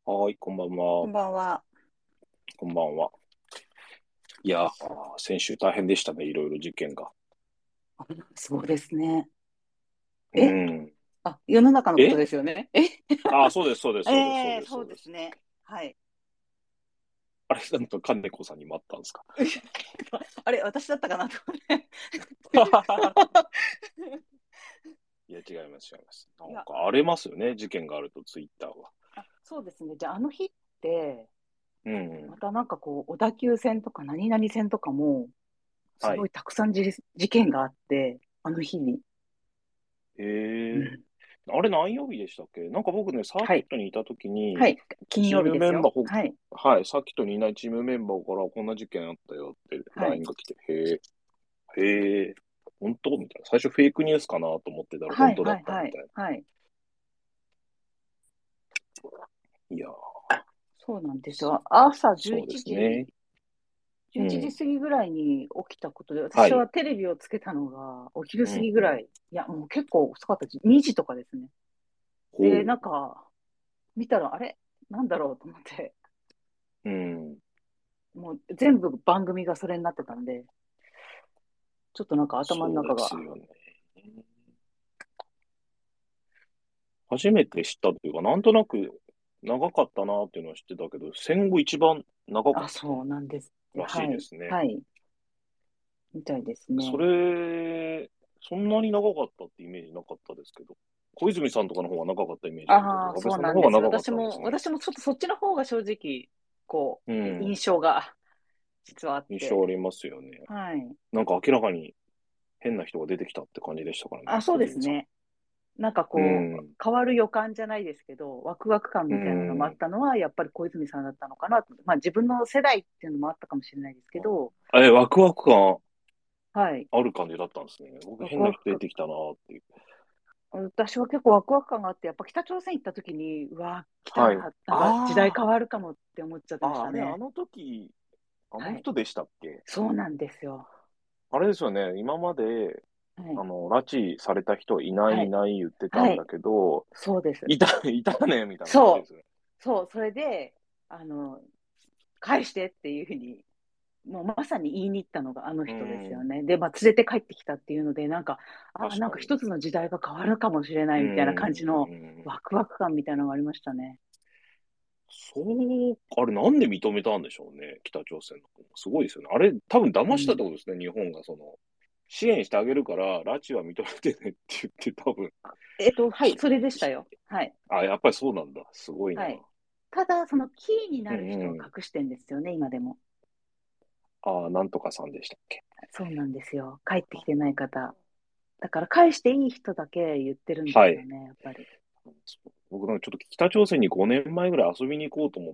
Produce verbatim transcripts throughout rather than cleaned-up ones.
はーい、こんばんは。 こんばんは。 こんばんは。いやー、先週大変でしたね、いろいろ事件が。 あ、そうですね。 うえん。 あ、世の中のことえですよね。えあー、そうです、そうです、そうです、そうええ、 です、 そそうです。 うですね。はい。 あれ、なんか、金子さんにもあったんですか？ あれ、私だったかなと思って。 いや、違います、違います。ないや、 んか、荒れますよね、事件があると、ツイッターは。 あ、そうですね。じゃあ、あの日って、 うん。 またなんかこう、小田急線とか何々線とかも、すはい。 ごいたくさんじ事件があって、あの日に。 へえ。 うん。 あれ、何曜日でしたっけ？なんか僕ね、サーはい。 キットにいたときに、 はい。金曜日チームですよ。 メンバーほ、 はい。 はい、サーキットにいないチームメンバーからこんな事件あったよってはい。 ライン が来て、へえ、へえ、本当みたいな。最初フェイクニュースかなと思ってたらはい。 本当だはい。はい。 ったみたいはい。 な。いやー、 そうなんですよ。朝11 そうですね。 時11 うん。 時過ぎぐらいに起きたことで、 はい。 私はテレビをつけたのがお昼過うん、うん。 ぎぐらい。いや、もう結構遅かったです。にじとかですね。で、 ほなんか、見たら、あれなんだろうと思って、 う。うん。 もう全部番組がそれになってたんで、ちょっとなんか頭のそう中が、 ですよね。初めて知ったというか、なんとなく長かったなっていうのは知ってたけど、戦後一番長かあ、 っそうなんですって。 たらしいはい。 ですね。 はい。みたいですそね。 れ、そんなに長かったってイメージなかったですけど、小泉さんとかの方が長かったイメージあるけど、 ああ、 安倍そうなんです。 さんの方が長かっ私も、 たんですね。 私もちょっとそっちの方が正直、こう、印うん。 象が実はあって。 印象ありますよね。 はい。 なんか明らかに変な人が出てきたって感じでしたからね、 あ、そう小泉さん。 ですね。なんかうこう、 ん。 変わる予感じゃないですけど、ワクワク感うみたいなのもあっん。 たのは、やっぱり小泉さんだったのかなと。まあ自分の世代っていうのもあったかもしれないですけど、 あえ、ワクワク感はい。 ある感じだったんですね。僕ワク変な人ワク感。 出てきたなーっていう。 私は結構ワクワク感があって、やっぱ北朝鮮行った時に、うわ、来はい。 た、なんか時代あ変わるかもって思っちゃってあ、 ましあ、あれ、あたね。 の時、あのはい。 人でしたっけ？ そうなんですよ。 あれですよね、今まで、 はい。 あの、拉致された人いないはい。 いない言ってたはい。 んだけど、 そうです。 いた、いたね、みたいな話でそう。 すね。 そう。それで、あの、返してっていうふうにもうまさに言いに行ったのがあのう人ですよん、 ね。で、まあ、連れて帰ってきたっていうので、なんか、あ、 確かに。 なんか一つの時代が変わるかもしれなういみたいな感じのん、 ワクワク感みたいなのがありましたね。 そう、あれなんで認めたんでしょうね、北朝鮮の方。すごいですよね。あれ、多分騙したっうん。 てことですね、日本がその、支援してあげるから、拉致は認めてねって言って、多分、 えっと、はい、 し、 それでしたし、 よ。はい。 あ、やっぱりそうなんだ。すごいな。 はい。ただ、そのキーにうなる人はんうん。 隠してんですよね、今でも。 ああ、なんとかさんでしたっけ。 そうなんですよ。帰ってきてない方。だから返していい人だけ言ってるんではい。 すよね、やっぱり。 そう僕なんかちょっと北朝鮮にごねんまえぐらい遊びに行こうと思って、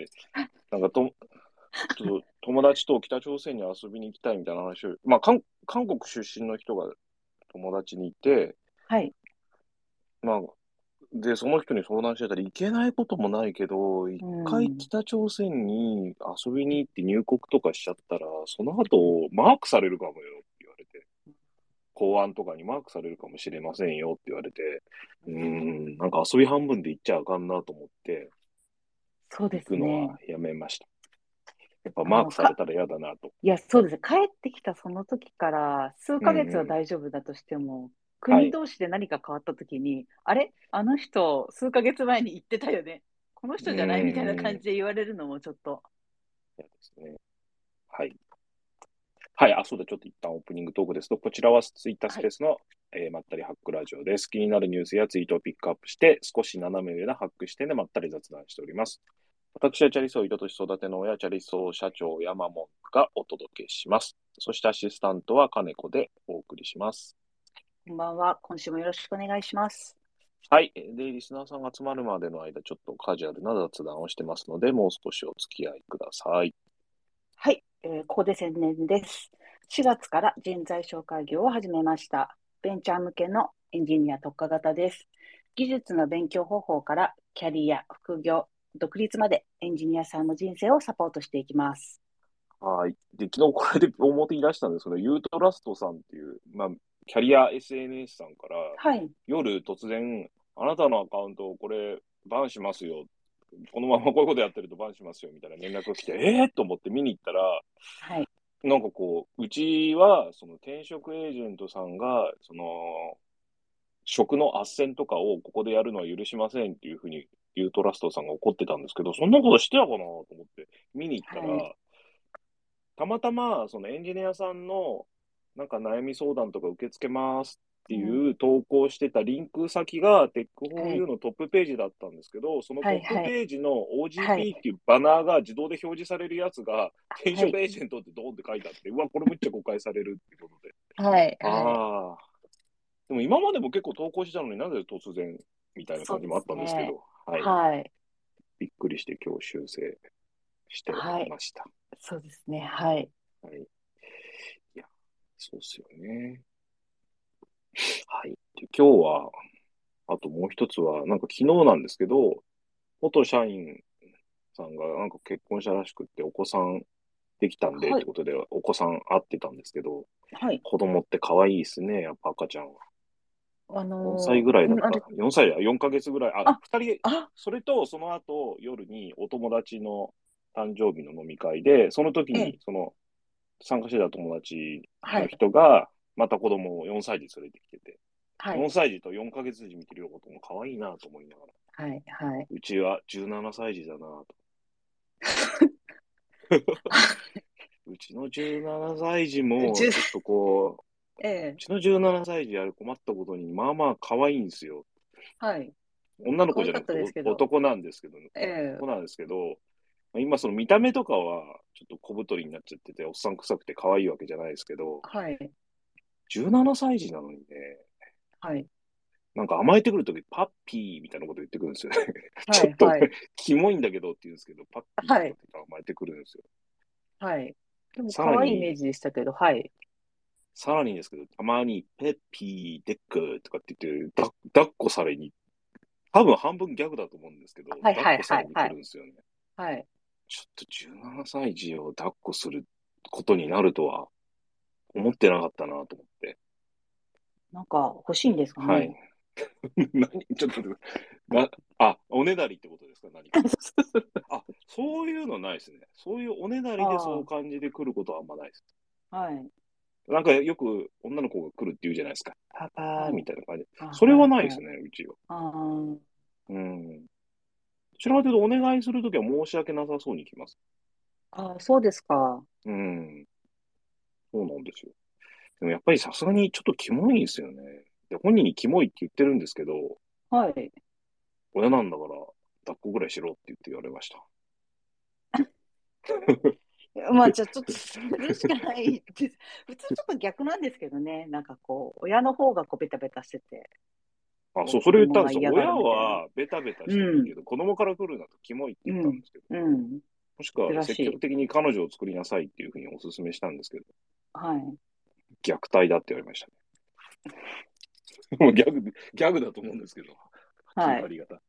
なんかと、ちょっと友達と北朝鮮に遊びに行きたいみたいな話を、まあ、韓韓国出身の人が友達にいて、 はい。 まあ、で、その人に相談してたらいけないこともないけど、一う回ん。 北朝鮮に遊びに行って入国とかしちゃったら、その後マークされるかもよって言われて、公安とかにマークされるかもしれませんよって言われて、うーん、なんか遊び半分で行っちゃあかんなと思って、 そうで行くのはすね。 やめました。やっぱあの、 マークされか、 たら嫌だなと。 いや、そうです。帰ってきたその時から数うんヶ月はうん。 大丈夫だとしても、 はい。 国同士で何か変わった時に、あれあの人、数ヶ月前に言ってたよね。このうん人じゃないみたいなうん。 感じで言われるのもちょっと。 嫌ですね。はい。はい。あ、そうだ。ちょっと一旦オープニングトークですと、こちらはツイッタースはい。 ペースの、えーまったりハックラジオです。気になるニュースやツイートをピックアップして、少し斜め上なハック視点でまったり雑談しております。私はチャリソー糸とし育ての親、チャリソー社長山本がお届けします。そしてアシスタントは金子でお送りします。 こんばんは。今週もよろしくお願いします。 はい。で、リスナーさんが集まるまでの間、ちょっとカジュアルな雑談をしてますので、もう少しお付き合いください。 はい。えーここで宣伝です。しがつから人材紹介業を始めました。ベンチャー向けのエンジニア特化型です。技術の勉強方法からキャリア、副業、独立までエンジニアさんの人生をサポートしていきます。 はい。で、昨日これで表に出したんですけど、ユートラストさんっていう、まあ、キャリア エスエヌエス さんから、 はい。 夜突然、あなたのアカウントをこれ、バンしますよ。 このままこういうことやってるとバンしますよみたいな連絡が来て、えーと思って見に行ったら、 はい。 なんかこう、うちは、その転職エージェントさんが、その、職の斡旋とかをここでやるのは許しませんっていうふうに、ユートラストさんが怒ってたんですけど、そんなことしてたかなと思って見に行ったはい。 ら、たまたま、そのエンジニアさんの、なんか悩み相談とか受け付けますってうん。 いう投稿してたリンク先がはい。 テックフォーユー のトップページだったんですけど、そのはい。 トップはい。 ページのはい。 オージーピー っていうバナーが自動で表示されるやつが、転はい。 職エージェントってドーンって書いてあって、うわ、これむっちゃ誤解されるっていうことで。 はい。はい。 ああ。でも今までも結構投稿したのになぜ突然みたいなそうで感じもあったんですけすね。 ど、はい。 はい。 びっくりして今日修正してはい。 ました。 そうですね。はい。 はい。いや、そうっすよね。はい。で、今日は、あともう一つは、なんか昨日なんですけど、元社員さんがなんか結婚したらしくって、お子さんできたんでっはい。 てことで、お子さん会ってたんですけど、 はい。 子供って可愛いですね、やっぱ赤ちゃんは。 あよんさいのぐらいだった。 ーんあれ、 よんさいだ、よんかげつぐらい。あ、 あ、 二人、 あ、 それとその後夜にお友達の誕生日の飲み会で、その時ええ、 にその参加してた友達のはい。 人が、また子供をよんさい児連れてきてて、 はい。 よんさい児とよんかげつ児見てることも可愛いなと思いながら、 はい。はい。 うちはじゅうななさい児だなと。うちのじゅうななさい児も、 じゅ、 ちょっとこう、 ええ、 うちのじゅうななさい児あれ困ったことに、まあまあ可愛いんですよ。 はい。 女の可愛かった子じゃなくてですけど、 お男なんですけど、 ええ、 男なんですけど、今その見た目とかはちょっと小太りになっちゃってて、おっさん臭くて可愛いわけじゃないですけど、 はい。 じゅうななさい児なのにね、 はい。 なんか甘えてくるとき、パッピーみたいなこと言ってくるんですよね。ちはい。 ょっとはい。 キモいんだけどって言うんですけど、パッピーとかっはい。 て言って甘えてくるんですよ。 はい。でも、 さらに、 可愛いイメージでしたけど、はい。 さらにですけど、たまにペッピー、デックとかって言って、だ抱っこされに、多分半分ギャグだと思うんですけど、 はい。はい。 抱っこさはい。 れに来はい。 るんですよね。 はい。 ちょっとじゅうななさい児を抱っこすることになるとは思ってなかったなと思って。 なんか、欲しいんですかはい。 ね。 何ちょっと待ってください。な、あ、おねだりってことですか何か。あ、そういうのないですね。そういうおねだりでそうあ感じてくることはあんまないです。 あ、はい。 なんかよく女の子が来るって言うじゃないですか。パパーはい。 みたいな感じ。 あ、 それはい。はい。 はないですね、うちは。 ああ、 うん。どちらかというとお願いするときは申し訳なさそうに来ます。 ああ、そうですか。 うん。そうなんですよ。でもやっぱりさすがにちょっとキモいんですよね。で、本人にキモいって言ってるんですけど、 はい。 親なんだから抱っこぐらいしろって言って言われました。 まあ、じゃあ、ちょっと、それしかないです。普通ちょっと逆なんですけどね。なんかこう、親の方がこう、ベタベタしてて、 あ、そう、 こう、子それ言ったんですよ。 供が嫌が親るみたいな。 はベタベタうん。 してもいいけど、子供から来るなとキモいって言ったんうん。 ですけど、 うん。 もしくは積極珍しい。 的に彼女を作りなさいっていうふうにお勧めしたんですけど、 はい。 虐待だって言われましたね。もうギャグ、ギャグだと思うんですけど、9 はい。 割方。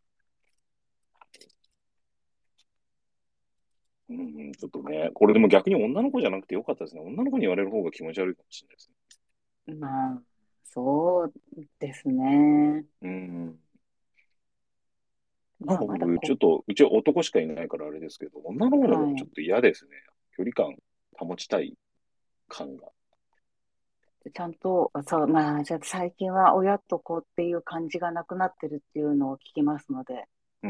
うん、ちょっとね、これでも逆に女の子じゃなくてよかったですね。女の子に言われる方が気持ち悪いかもしれないですまあ、そうですね。 ね。うん。なんまあ、 か僕、ちょまだこ、 っと、うちは男しかいないからあれですけど、女の子の方がちょはっと嫌ですね。距離感保ちたい感が。 い。ちゃんと、そう、まあ、じゃあ最近は親と子っていう感じがなくなってるっていうのを聞きますので、 うん。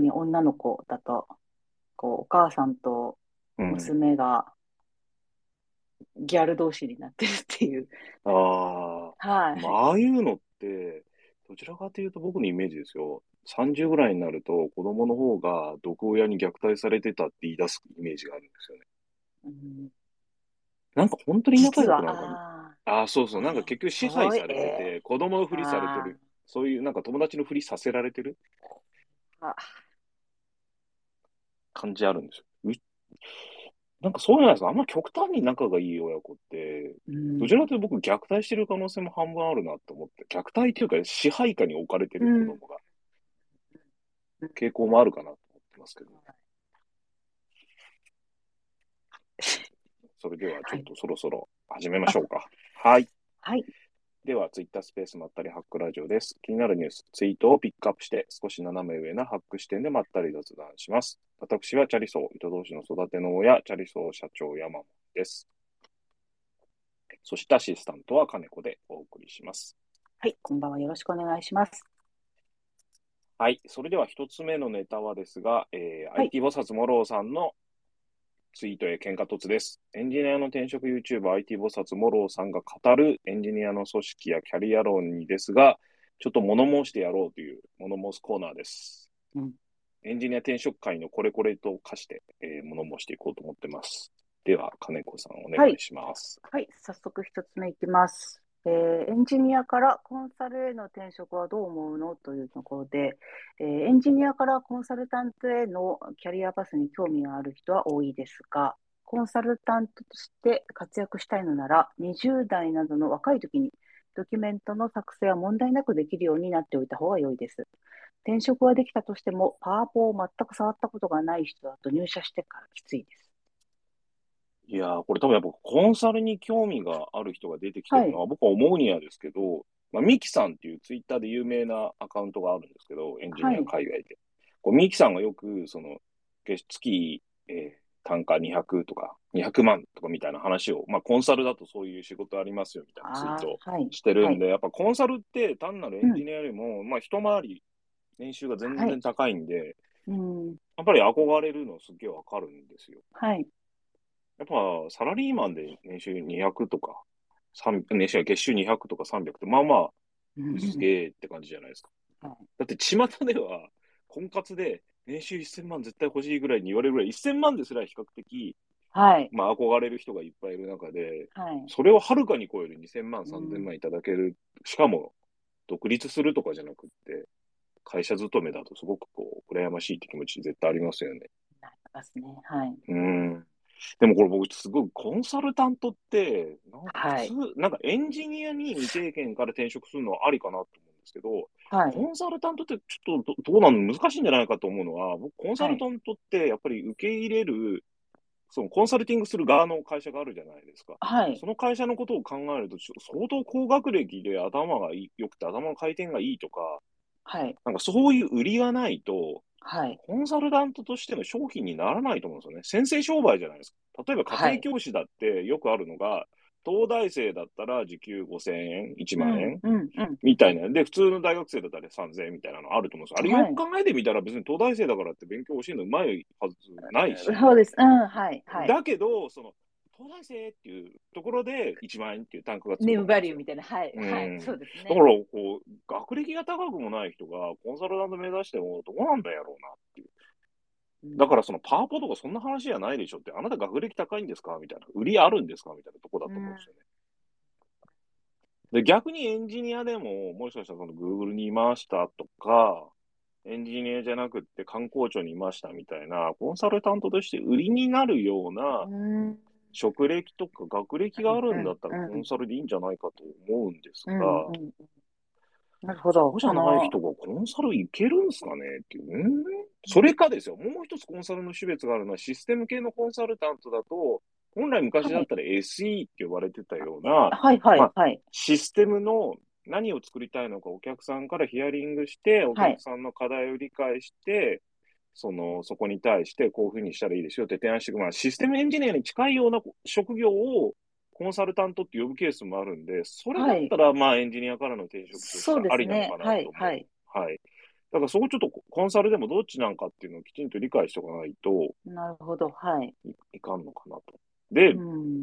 特に女の子だと、こう、お母さんとうん。 娘がギャル同士になってるっていう。 ああ、 はい。 でもああいうのって、どちらかというと僕のイメージですよ。さんじゅうぐらいになると子供の方が毒親に虐待されてたって言い出すイメージがあるんですよね。 うん、 なんか本当に仲実は、 良くなるかも。 あああ、そうそう。なんかあ、 結局支配そう、 されてえて、子供のー、 ふりされてある。そういうなんか友達のふりさせられてるーあ、 感じあるんですよ。うなんかそうじゃないですか。あんま極端に仲がいい親子って、 うん、 どちらかというと僕虐待してる可能性も半分あるなと思って、虐待っていうか支配下に置かれてうん、 る子供が傾向もあるかなと思ってますけど。それではちょはい。 っとそろそろ始めましあ、 ょうか。はい。 はい。 では、ツイッタースペースまったりハックラジオです。気になるニュース、ツイートをピックアップして、少し斜め上なハック視点でまったり雑談します。私はチャリソー、糸同士の育ての親、チャリソー社長山本です。そしてアシスタントは金子でお送りします。 はい、こんばんは。よろしくお願いします。 はい、それでは一つ目のネタはですが、えーはいアイティー 菩薩モローさんのツイートへ喧嘩突です。エンジニアの転職 YouTuber アイティー 菩薩モローさんが語るエンジニアの組織やキャリア論にですが、ちょっと物申してやろうという物申すコーナーです。 うん、 エンジニア転職会のこれこれと化して、えー物申していこうと思ってます。では、金子さんお願いはい、 します。 はい、早速一つ目いきます。えーエンジニアからコンサルへの転職はどう思うのというところで、えーエンジニアからコンサルタントへのキャリアパスに興味がある人は多いですが、コンサルタントとして活躍したいのなら、にじゅう代などの若い時にドキュメントの作成は問題なくできるようになっておいた方が良いです。転職はできたとしても、パワポを全く触ったことがない人だと入社してからきついです。 いやー、これ多分やっぱコンサルに興味がある人が出てきてはい、 るのは僕は思うにはですけど、まあ、ミキさんっていうツイッターで有名なアカウントがあるんですけど、エンジニアはい、 海外で。こうミキさんがよく、その、月月、えー単価にひゃくとかにひゃくまんとかみたいな話を、まあコンサルだとそういう仕事ありますよみたいなツイーあトをあ、はい、はい、 してるんで、やっぱコンサルって単なるエうん、 ンジニアよりも、まあ一回り年収が全はい、 然高いんで、 うん、 やっぱり憧れるのすっげえわかるんですよ。 はい、 やっぱサラリーマンで年収にひゃくとか、さん年収は月収にひゃくとかさんびゃくって、まあまあ、すうん、 げえって感じじゃないですか。 はい、 だって巷では、婚活で年収せんまん絶対欲しいぐらいに言われるぐらい、せんまんですら比較的、 はい、 まあ憧れる人がいっぱいいる中で、 はい、 それをはるかに超えるにせんまん、3000 うん、 万いただける、しかも独立するとかじゃなくって、会社勤めだとすごくこう、羨ましいって気持ち絶対ありますよね。 なりますね。はい、 うん。でもこれ僕すごいコンサルタントって、なんか普通、 はい、 なんかエンジニアに未経験から転職するのはありかなと思うんですけど、 はい、 コンサルタントってちょっとどどうなの難しいんじゃないかと思うのは、僕コンサはい、 ルタントってやっぱり受け入れる、そのコンサルティングする側の会社があるじゃないですか。 はい、 その会社のことを考えると、ちょ相当高学歴で頭がいい良くて頭の回転がいいとか、 はい、 なんかそういう売りがないと、 はい、 コンサルタントとしての商品にならないと思うんですよね。先生商売じゃないですか。例えば家庭はい、 教師だってよくあるのが、東大生だったら時給ごせんえん、1 うん、 万円うん、うん、うん、 みたいな。で、普通の大学生だったらさんぜんえんみたいなのあると思うんですよ。あれよはい、 く考えてみたら別に東大生だからって勉強教えるのうまいはずないし、 そうです。うん、はい、はい。 だけど、その、東大生っていうところでいちまん円っていう単価がつくネームと思うんですよ。 バリューみたいな。はい、はい、 うん。 そうですね。 だから、こう、学歴が高くもない人がコンサルタント目指してもどうなんだやろうなっていう。 うん、 だからそのパワポとかそんな話じゃないでしょって、あなた学歴高いんですかみたいな。売りあるんですかみたいなとこだうん、 と思うんですよね。で、逆にエンジニアでも、もしかしたらその Google にいましたとか、エンジニアじゃなくって観光庁にいましたみたいな、コンサルタントとして売りになるようなうん、うん、 職歴とか学歴があるうん、 んだったらコンサルでいいんじゃないかと思うんですが、 うん、うん。なるほど。 そうじゃないあの、 人がコンサルいけるんですかねっていう。うんそれかですよ。もう一つコンサルの種別があるのはシステム系のコンサルタントだと、本来昔はい、 だったら エスイー って呼ばれてたような、 はい、はい、 まあ、 はい、 システムの何を作りたいのかお客さんからヒアリングして、おはい、 客さんの課題を理解して、その、そこに対してこういうふうにしたらいいですよって提案していく、まあ、システムエンジニアに近いような職業をコンサルタントって呼ぶケースもあるんで、それだはい。 ったら、まあ、エンジニアからの転職としてそうはありなのですね。 かなはい、 と思う。 はい。 はい。だからそこちょっとコンサルでもどっちなんかっていうのをきちんと理解しておかないとなるほど。はい。 い、いかんのかなと。で、 うん。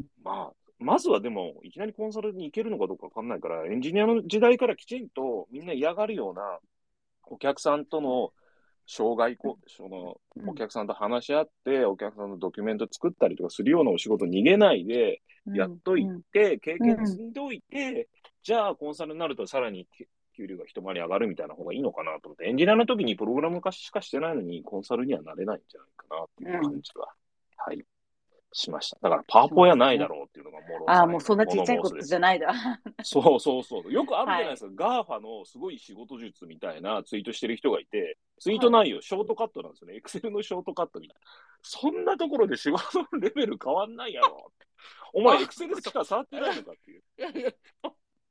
まあ、まずはでも、いきなりコンサルに行けるのかどうかわかんないから、エンジニアの時代からきちんとみんな嫌がるようなお客さんとの障害こ、その、 うん。 お客さんと話し合って、お客さんのドキュメント作ったりとかするようなお仕事逃げないで、やっうん。 というん。 て、経験うん。 積んでおいて、じゃあコンサルになるとさらに給料が一回り上がるみたいな方がいいのかなと思って、エンジニアの時にプログラム化しかしてないのに、コンサルにはなれないんじゃないかなっていううん。 感じは、はい、しました。だから、パワしポやないだますね。 ろうっていうのが、モロああ、 さんへのもうそんなちっちゃいこ物申すです。 とじゃないだ。 そうそうそう。よくあるじゃはい。 ないですか。ガーファのすごい仕事術みたいなツイートしてる人がいて、ツイートはい。 内容、ショートカットなんですよね。エクセルのショートカットみたいな。そんなところで仕事のレベル変わんないやろ。お前、エあ、 クセルしちょ、 か触ってないのかっていう。 いやいや、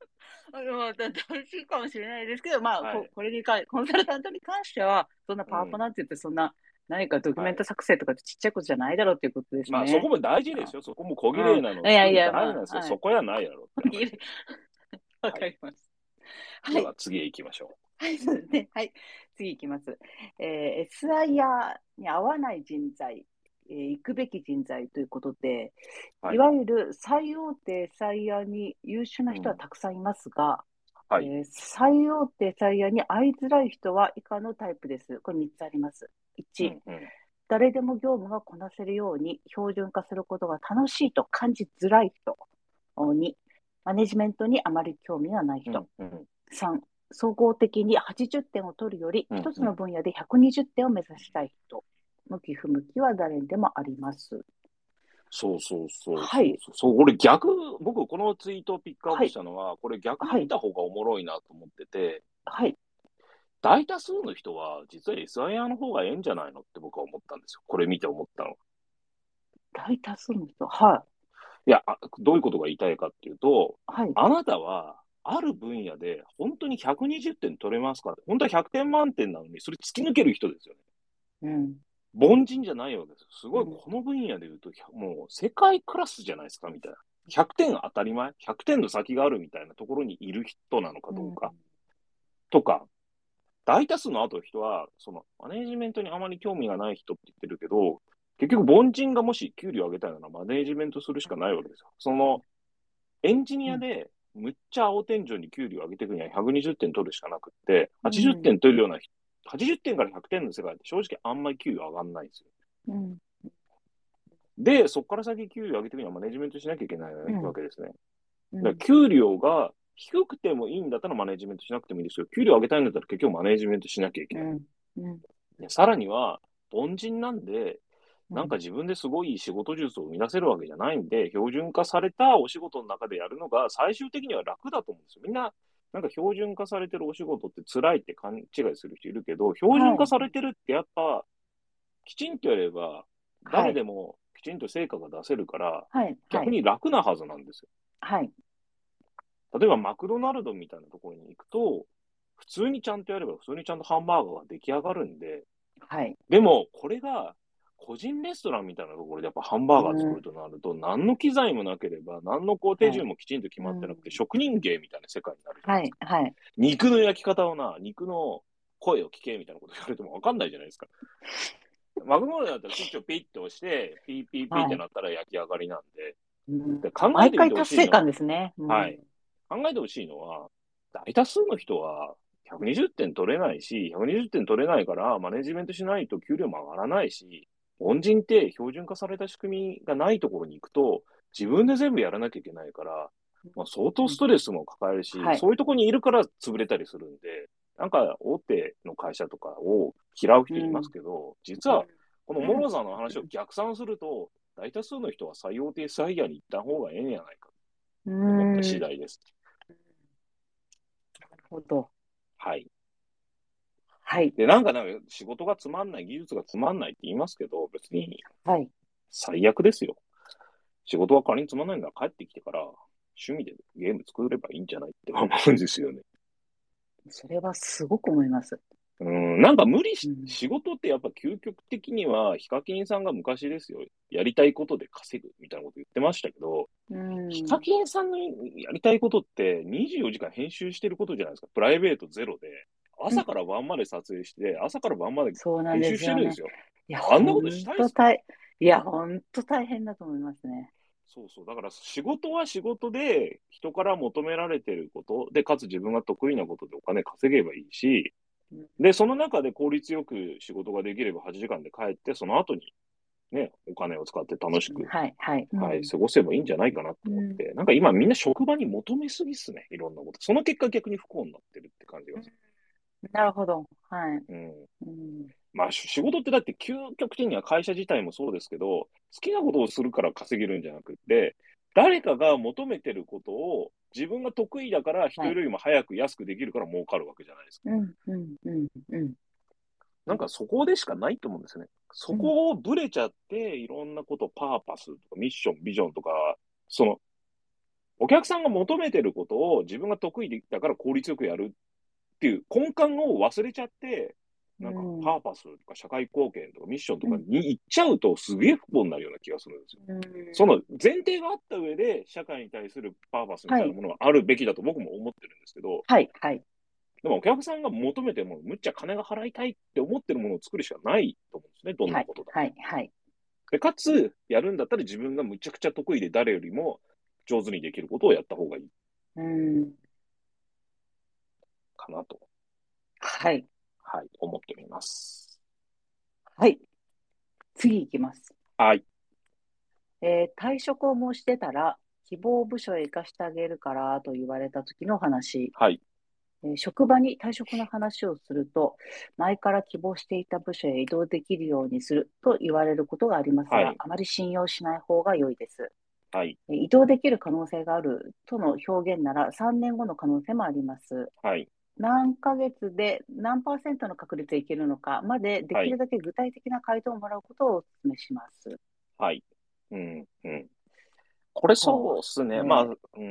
まあ、だ楽しいかもしれないですけど、まあ、こ、 はい。 これにか、コンサルタントに関しては、そんなうん。 パワポなんて言って、そんな、何かドキュメントはい。 作成とかってちっちゃいことじゃないだろうっていうことですまあ、そこね。 も大事ですよ。そこも小綺麗なのをうん。いや作るいや、まあ、 大事なんですよ。 はい。 そこやないやろって話で。 わはい。 かります。はい。 では次へ行きましょはい、そうですね。はい。次行きます。えー、エスアイアール に合わない人材、えー行くべき人材ということで、 う。はい。 いわゆる最大手 エスアイアール に優秀な人はうん。 たくさんいますが、えはい。 ー最大手 エスアイアール に会いづらい人は以下のタイプです。これみっつあります。いち、 うん。うん。 誰でも業務がこなせるように標準化することが楽しいと感じづらい人。に、マネジメントにあまり興味がない人。 うん。うん。 さん、総合的にはちじゅってんを取るより、 うん。 一つうん。 の分野でひゃくにじゅってんを目指したい人。向き不向きは誰にでもあります。 そうそうそうはい、 そうそう。そう、俺逆、僕このツイートをピックアップしはい、 たのは、これ逆にはい、 見た方がおもろいなと思ってて、 はい。 大多数の人は実は エスアイアール の方がええんじゃないのって僕は思ったんですよ。これ見て思ったの。 大多数の人。はい、 いや、あどういうことが言いたいかっていうと、 はい、 あなたは、ある分野で本当にひゃくにじゅってん取れますかって、本当はひゃくてん満点なのに、それ突き抜ける人ですよね。 うん、 凡人じゃないわけですよ。すごい、 うん、 この分野で言うと、ひゃもう世界クラスじゃないですか、みたいな。ひゃくてん当たり前 ?ひゃく 点の先があるみたいなところにいる人なのかうん、 どうか。とか、大多数の後の人は、その、マネジメントにあまり興味がない人って言ってるけど、結局、凡人がもし給料上げたいならマネジメントするしかないわけですよ。その、エンジニうん、 アで、むっちゃ青天井に給料上げていくにはひゃくにじゅってん取るしかなくって、80 うん、 点取るような人、はちじゅってんからひゃくてんの世界って正直あんまり給料上がんないんですよ。 うん、 で、そこから先給料上げていくにはマネジメントしなきゃいけないうん、 わけですね。だかうん、 ら給料が低くてもいいんだったらマネジメントしなくてもいいですよ。給料上げたいんだったら結局マネジメントしなきゃいけない。 うん、うん、 でさらには、凡人なんで、 うん、 なんか自分ですごい仕事術を生み出せるわけじゃないんで、標準化されたお仕事の中でやるのが最終的には楽だと思うんですよ。みんな、なんか標準化されてるお仕事って辛いって勘違いする人いるけど、標準はい、 化されてるってやっぱ、きちんとやれば、 はい、 誰でもきちんと成果が出せるから、 はい、はい、 逆に楽なはずなんですよ。 はい、 例えばマクドナルドみたいなところに行くと、普通にちゃんとやれば普通にちゃんとハンバーガーが出来上がるんで、 はい、 でも、これが、個人レストランみたいなところでやっぱハンバーガー作うん、 るとなると、何の機材もなければ、何の工程はい、 順もきちんと決まってなうん、 くて、職人芸みたいな世界になるじゃないはい、 ですか。 はい、 肉の焼き方をな、肉の声を聞けみたいなこと言われてもわかんないじゃないですか。マクドナルドだったらスイッチをピッと押して、ピーピーピーってはい、 なったら焼き上がりなんで、 うん、 で考えてみ毎回てほしいのは、 達成感ですね。うん、 はい。考えてほしいのは、大多数の人はひゃくにじゅってん取れないし、ひゃくにじゅってん取れないからマネジメントしないと給料も上がらないし、凡人って標準化された仕組みがないところに行くと、自分で全部やらなきゃいけないから、まあ、相当うん、 ストレスも抱えるし、 はい。 そういうところにいるから潰れたりするんで、なんか大手の会社とかを嫌ううん、 人いますけど、実はこのうん、 諸さんの話を逆算すると、大多数の人は最大手サイヤに行った方がええんじゃないかうと思ったん、なる次第です。 ほど。 はい。 はい、 で、なんか、なんか仕事がつまんない、技術がつまんないって言いますけど、別にはい。 最悪ですよ。仕事が仮につまんないなら帰ってきてから趣味でゲーム作ればいいんじゃないって思うんですよね。 それはすごく思います。 うん、なんか無理し、 うん、 仕事ってやっぱ究極的には、ヒカキンさんが昔ですよ、やりたいことで稼ぐみたいなこと言ってましたけど、 うヒカん、 キンさんのやりたいことってにじゅうよじかん編集してることじゃないですか。プライベートゼロで。 うん、 朝から晩まで撮影して、朝から晩までそうなんで編集しすよね。 てるんですよ。 いや、 あんなことほんしたいですか？ と大、いや、ほんと大変だと思いますね。 そうそう。だから仕事は仕事で人から求められてることで、かつ自分が得意なことでお金稼げばいいし、 うん、 で、その中で効率よく仕事ができればはちじかんで帰って、その後にね、お金を使って楽しく、 はい、はい。うはい、 ん、 過ごせばいいんじゃないかなとうん、 思って、なんか今みんな職場に求めすぎっすね、いろんなこと。その結果逆に不幸になってるって感じがすなるほど。はい。 る。うん。 うん、 まあ、し仕事ってだって究極的には会社自体もそうですけど、好きなことをするから稼げるんじゃなくって、誰かが求めてることを自分が得意だから人はい。 よりも早く安くできるから儲かるわけじゃないですか。 うん、うん、うん、うん、 なんかそこでしかないと思うんですよね。そうん、 こをブレちゃって、いろんなこと、パーパスとかミッション、ビジョンとか、そのお客さんが求めてることを自分が得意だから効率よくやるっていう根幹を忘れちゃって、なんかうん。 パーパスとか社会貢献とかミッションとうん。 かに行っちゃうとすげえ不幸になるような気がするんですよ。 うん。 その前提があった上で社会に対するパーパスみはい。 たいなものがあるべきだと僕も思ってるんですけど、 はい。はい。 でもお客さんが求めてるもの、むっちゃ金が払いたいって思ってるものを作るしかないと思うんですね、どんはい。 なことだ。 はい。はい。 で、かつ、やるんだったら自分がむちゃくちゃ得意で誰よりも上手にできることをやった方がいいうん。 かなと、 はい。 はい、思っております。 はい。次いきます。 はい。 えー退職を申し出たら、希望部署へ行かしてあげるからと言われた時の話。 はい。 えー職場に退職の話をすると、前から希望していた部署へ移動できるようにすると言われることがありますが、 はい。 あまり信用しない方が良いです。 はい。 えー移動できる可能性があるとの表現ならさんねんごの可能性もあります。 はい。 何ヶ月で何パーセントの確率でいけるのかまでではい。 きるだけ具体的な回答をもらうことをお勧めします。 はい。うん。うん。これそそうっすね。まあ、 うですね。 うん。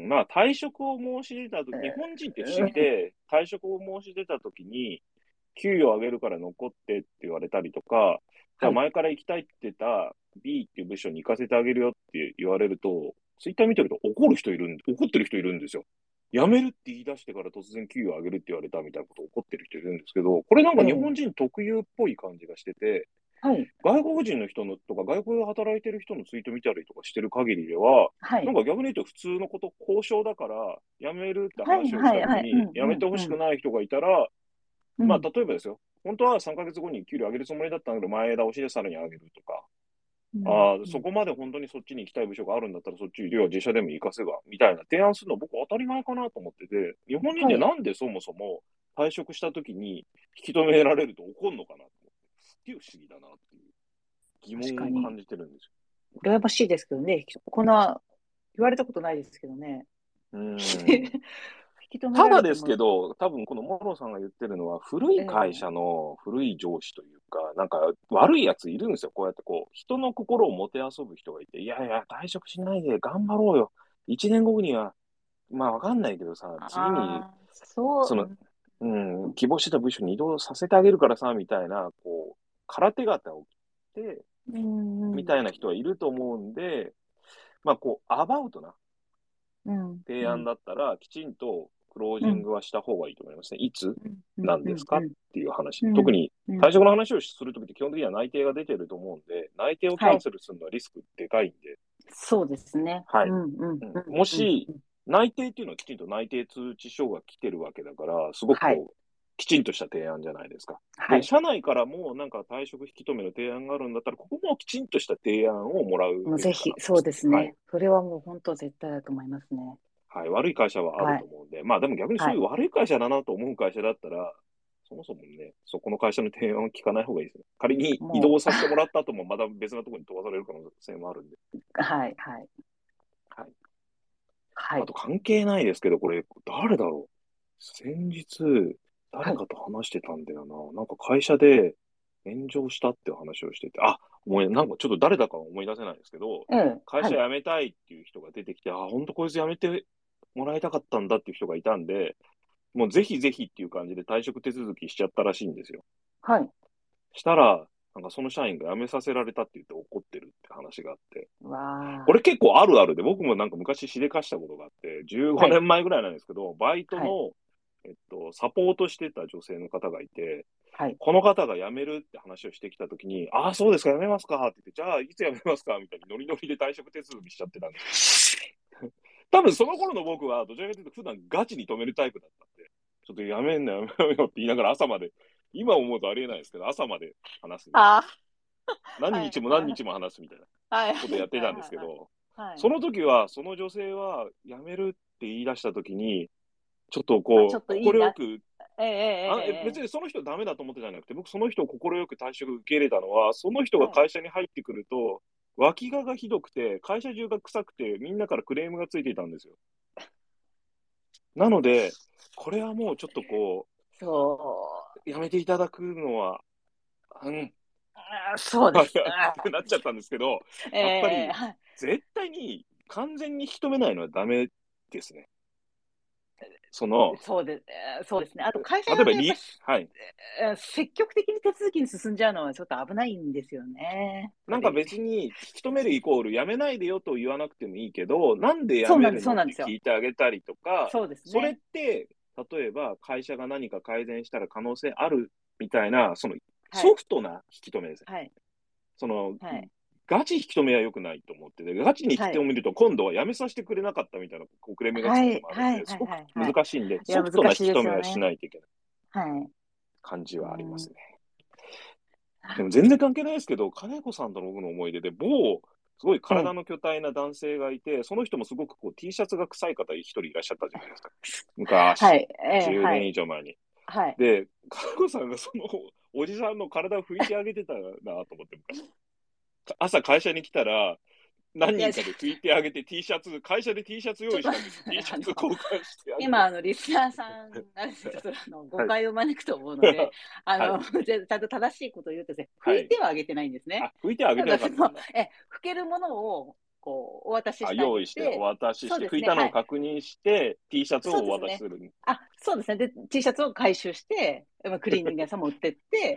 まあ、退職を申し出たとき、日本人って不思議で、退職を申し出たときに、給与を上げるから残ってって言われたりとか、じゃはい。 あ前から行きたいって言った B っていう部署に行かせてあげるよって言われると、ツイッター見てると怒る人いるん、怒ってる人いるんですよ。辞めるって言い出してから突然給与を上げるって言われたみたいなこと怒ってる人いるんですけど、これなんか日本ええ、 人特有っぽい感じがしてて、 はい。 外国人の人のとか外国で働いてる人のツイート見たりとかしてる限りでは、 はい。 なんか逆に言うと普通のこと、交渉だから辞めるってはい、 話をしはい、はい。うたときに、 ん、 辞めてほうん、うん。 しくない人がいたら、まあ、 うん、 例えばですよ。本当はさんかげつごに給料上げるつもりだったんだけど、前倒しでさらに上げるとか、 うん、 ああ、 うん。 そこまで本当にそっちに行きたい部署があるんだったら、そっち、要は自社でも行かせば、みたいな提案するのは僕当たり前かなと思ってて、日本人はい。 でなんでそもそも退職した時に引き止められると怒るのかなと思って、すっげえ不思議だなっていう疑確かに。 問を感じてるんです羨ましいですけどね。こんな、言われたことないですけどね。 よ。う引ーん。 き止めただですられても、 けど、多分このモロさんが言ってるのは、古えい会え、 社の古い上司というか、なんか悪いやついるんですよ。こうやってこう、人の心をもてあそぶ人がいて、いやいや、退職しないで頑張ろうよ。一年後には、まあわかんないけどさ、次に、 ああ、そその、 う、 うん、希望してた部署に移動させてあげるからさ、みたいな、こう、空手方を切って、 うん、うん、 みたいな人はいると思うんで、まあこう、アバウトなうん、 提案うん、 だったら、きちんとクローうん、 ジングはした方がいいと思いますね。いつうん、うん、 なんですかっうん、 ていう話。 うん、 特にうん。 退職の話をするときって基本的には内定が出てると思うんで、内定をキはい。 ャンセルするのはリスクでかいんで、 そうですね。 はい。 うん、うん、 うん、 うん、うん。 もし、 うん。 内定っていうのはきちんと内定通知書が来てるわけだから、すごくはい。 こう、きちんとした提案じゃないですか。で、 はい。 社内からもなんか退職引き止めの提案があるんだったら、ここもきちんとした提案をもらうもうぜひ、 べきかなと。 そうですはい。 ね。それはもう本当絶対だと思いますね。 はい。悪い会社はあるはい。 と思うんで、まあでも逆にそういうはい。 悪い会社だなと思う会社だったら、そもそもね、そこの会社の提案を聞かない方がいいですね。仮に移もう、 動させてもらった後もまた別なところに飛ばされる可能性もあるんで。 はい、はい、 はい。 はい、 あと関係ないですけど、これ誰だろう。先日、 はい。 誰かと話してたんだよな。なんか会社で炎上したっていう話をしてて、あ、思い、なんかちょっと誰だかは思い出せないんですけど、 ええ、 会社はい、 辞めたいっていう人が出てきて、あ、本当こいつ辞めてもらいたかったんだっていう人がいたんで、もうぜひぜひっていう感じで退職手続きしちゃったらしいんですよ。 はい。 したら、なんかその社員が辞めさせられたって言って怒ってるって話があって、こわれ結構あるあるで、僕もなんか昔しでかしたことがあって、15 あ。はい、 年前ぐらいなんですけど、バイトはい、 の、えっと、サポートしてた女性の方がいて、 はい。 この方が辞めるって話をしてきたときに、ああ、そうですか、辞めますかって言って、じゃあ、いつ辞めますかみたいにノリノリで退職手続きしちゃってたんですよ。多分その頃の僕は、どちらかというと普段ガチに止めるタイプだったんで、ちょっとやめんなよ、やめようって言いながら朝まで、今思うとありえないですけど、朝まで話すみたいな。 ああ、はい、 何日も何はい、 日も話すみたいなはい、 ことやってはい、 たんですはい、はい。 けど、 はい。 その時は、その女性は辞めるって言い出した時に、ちょっとあ、ちょこう、 っといいな。 快く、 ええ、えあ、え、 え、ええ。 別にその人ダメだと思ってたんじゃなくて、僕その人を快く退職受け入れたのは、その人がはい。 会社に入ってくると、脇ががひどくて、会社中が臭くて、みんなからクレームがついていたんですよ。なので、これはもうちょっとこそう、やめていただくのは、うん、 う。あーそうです。あってなっちゃったんですけど、 ーえやっぱり、 え、はい。 絶対に完全に引き止めないのはダメですね。その、 そうで、えーそうですね。あと会社例えばり、 側でやっぱり、 はい。 えー積極的に手続きに進んじゃうのはちょっと危ないんですよね。やなんかっぱり。 別に引き止めるイコールやめないでよと言わなくてもいいけど、なんでやそうなんです、そめるのっうなんですよ。 て聞いてあげたりとか、 そうですそれっね。 て、例えば会社が何か改善したら可能性あるみたいな、そのはい。 ソフトな引き止めですね。 はい。 その、 はい。 ガチ引き止めは良くないと思ってて、ガチに引きはい。 止めると今度はやめさせてくれなかったみたいなこうクレームがつくことはい。はい。 もあるんで、すはい。 ごくはい。はい。 難しいんで、 いや、 ソフトな引難しいでき止めはしすよね。 ないといけないはい。 感じはありまうん。 すね。でも全然関係ないですけど、金子さんとの僕の思い出で、某、すごいええ。 体の巨体な男性がいて、その人もすごくこう T シャツが臭い方一人いらっしゃったじゃないですか。昔、 はい。ええ。 じゅうねんはい。 以上前に。 はい。 で、金子さんがそのおじさんの体を拭いてあげてたなと思って、昔。朝会社に来たら、何いや、 人かで拭いてあげて T シャツ、会社で T シャツちょっと、 用意したんですよ。T シャツあの、 交換してあげ今、 て。 あの、リスナーさんがですね、ちょっとあの誤はい。 解を招くと思うので、あはい。 の、ちゃんと正しいことを言うとですね、拭はい。 いてはあげてないんですね。 あ、拭いてあげてただ、その、 なかったんだ。 え、拭けるものを、こう、お渡しあ、 してあげ用意して、おて、 渡しして、 そうですね、 拭いたのをはい。 確認して、T シャツをおそうですね。 渡しする。 あ、そうですね。で、T シャツを回収して、まあ、クリーニング屋さん持ってって、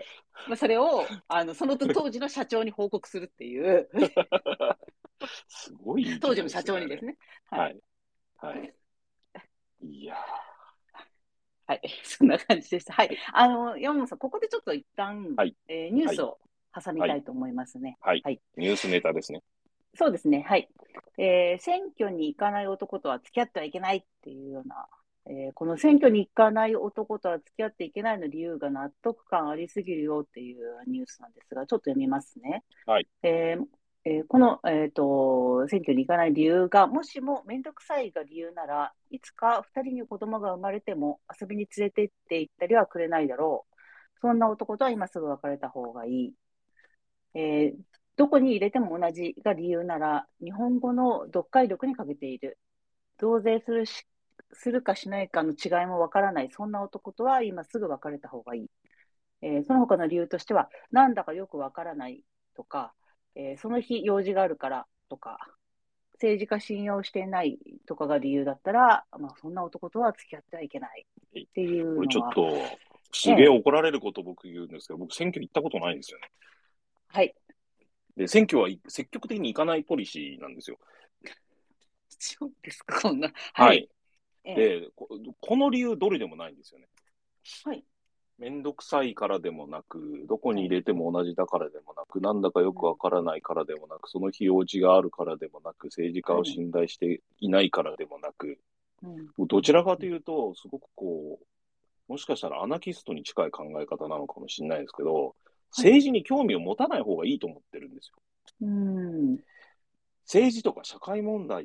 まあ、それを、あの、その当時の社長に報告するっていう、 すごい当時の社時代ですね、あれ。 長にですね。はい。 はい。はい。いやはい。そんな感じでした。はい。 ーはい。 あの、山本さん、ここでちょっと一旦、 はい。 えーニューはい。 スを挟みはい。 たいと思いますね。 はい。 はい。 ニュースネタですね。 そうですね。はい。えー選挙に行かない男とは付き合ってはいけないっていうような、えーこの選挙に行かない男とは付き合っていけないの理由が納得感ありすぎるよっていうニュースなんですが、ちょっと読みますね。 はい。 えーえーこの、えーと、選挙に行かない理由が、もしも面倒くさいが理由なら、いつかふたりに子供が生まれても遊びに連れて行って行ったりはくれないだろう。そんな男とは今すぐ別れた方がいい。えーどこに入れても同じが理由なら、日本語の読解力に欠けている。増税するし、するかしないかの違いもわからない。そんな男とは今すぐ別れた方がいい。えーその他の理由としては、なんだかよくわからないとか、えーその日用事があるからとか、政治家信用していないとかが理由だったら、まあ、そんな男とは付き合ってはいけないっていこれうのは、 ちょっと、すげえええ、 怒られること僕言うんですけど、僕選挙行ったことないんですよね。 はい。 で、選挙は積極的に行かないポリシーなんですよ。 そうですか、こんな。はい。 はい。 ええ、 で、こ、この理由どれでもないんですよね。 はい。 めんどくさいからでもなく、どこにはい。 入れても同じだからでもなく、なんだかようん、 くわからないからでもなく、その日用事があるからでもなく、政治家をはい。 信頼していないからでもなく、 うん、うん、 どちらかというと、すごくこう、もしかしたらアナキストに近い考え方なのかもしれないですけど、 はい。 政治に興味を持たない方がいいと思ってるんですよ。 うん、 政治とか社会問題って、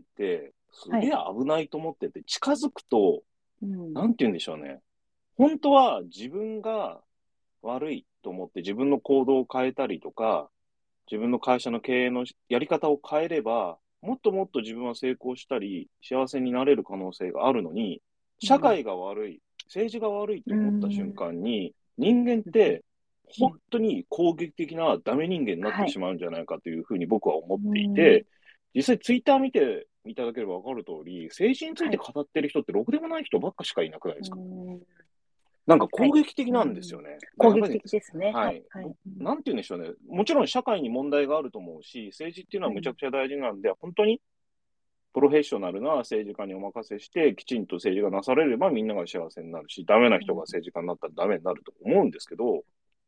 すげえはい。 危ないと思ってて、近づくと、 うん、 なんて言うんでしょうね。本当は自分が悪いと思って自分の行動を変えたりとか、自分の会社の経営のやり方を変えれば、もっともっと自分は成功したり、幸せになれる可能性があるのに、 うん、 社会が悪い、政治が悪いとう思った瞬ん、 間に、人間っうん、 て本うん、 当に攻撃的なダメ人間になっはい。 てしまうんじゃないかというふうに僕は思うっていん、 て、実際ツイッター見ていただければわかる通り、政治についはい。 て語ってる人ってろくでもない人ばっかしかいなくないでうすか。 ん、 なんかはい。 攻撃的なんですうん、 よね。だ攻撃からやっぱり、 的ですね。はい。 はい。 はい。 ぼうん、 なんて言うんでしょうね。もちろん社会に問題があると思うし、政治っていうのははい。 むちゃくちゃ大事なんで、本当にプロフェッショナルな政治家にお任せして、きちんと政治がなされればみんなが幸せになるし、ダメなうん、 人が政治家になったらダメになると思うんですけど、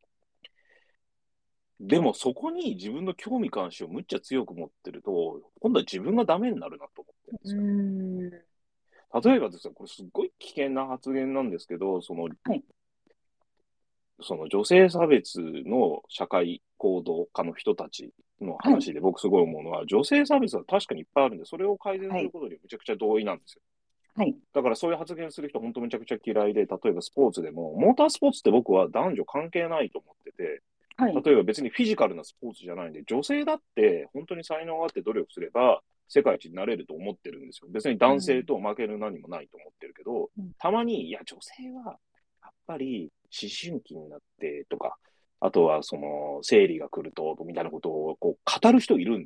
でもそこに自分の興味関心をむっちゃ強く持ってると、今度は自分がダメになるなと思ってるんでうすよん、 ね。例えばですね、これすっごい危険な発言なんですけど、そのはい。 その女性差別の社会行動家の人たちのはい。 話で僕すごい思うのは、女性差別は確かにいっぱいあるんで、それを改善はい。 することにめちゃくちゃ同意なんですよ。 はい。 だからそういう発言する人本当めちゃくちゃ嫌いで、例えばスポーツでも、モータースポーツって僕は男女関係ないと思ってて、 はい。 例えば別にフィジカルなスポーツじゃないんで、女性だって本当に才能があって努力すれば世界一になれると思ってるんですよ。別に男性うん。 と負ける何もないと思ってるけど、 うん。 たまに、いや、女性はやっぱり思春期になってとか、あとはその生理が来ると、みたいなことをこう語る人いるんですよ。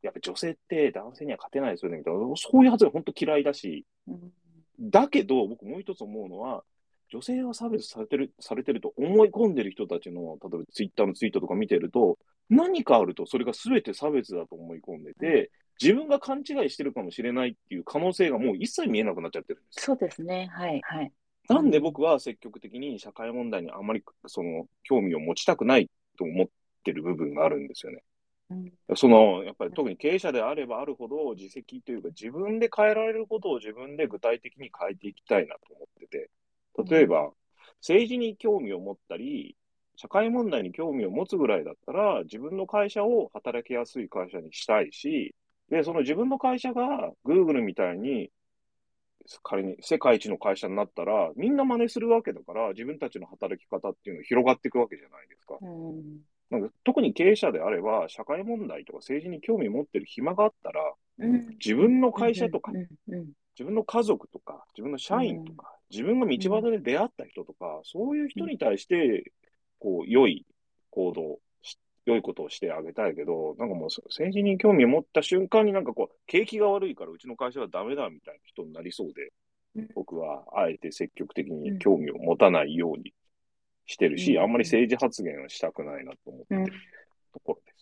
やっぱ女性って男性には勝てないですよね、みたいな。そういう発言本当嫌いだし、 うん、 だけど、僕もう一つ思うのは、女性は差別されてる、されてると思い込んでる人たちの、例えばツイッターのツイートとか見てると、何かあるとそれが全て差別だと思い込んでうん、 て、自分が勘違いしてるかもしれないっていう可能性がもう一切見えなくなっちゃってるんですよ。 そうですね。はい、はい。うなんでん、 僕は積極的に社会問題にあまりその興味を持ちたくないと思ってる部分があるんですよね。 うん、 その、やっぱり特に経営者であればあるほど、自責というか、自分で変えられることを自分で具体的に変えていきたいなと思ってて、 うん、 例えば、政治に興味を持ったり、社会問題に興味を持つぐらいだったら、自分の会社を働きやすい会社にしたいし、で、その自分の会社が Google みたいに、仮に世界一の会社になったら、みんな真似するわけだから、自分たちの働き方っていうのが広がっていくわけじゃないですか。 うん、 なんか特に経営者であれば、社会問題とか政治に興味を持ってる暇があったら、 うん、 自分のうん、 会社とか、 うん、うん、 自分の家族とか、自分のう社員とん、 か、自分が道うん、 端で出会った人とか、そういううん、 人に対して、こう、良い行動し、良いことをしてあげたいけど、なんかもう政治に興味を持った瞬間になんかこう、景気が悪いからうちの会社はダメだみたいな人になりそうで、僕はあえて積極的うん、 に興味を持たないようにしてるし、あんうん、 まり政治発言はしたくないなと思ってるうん、 ところです。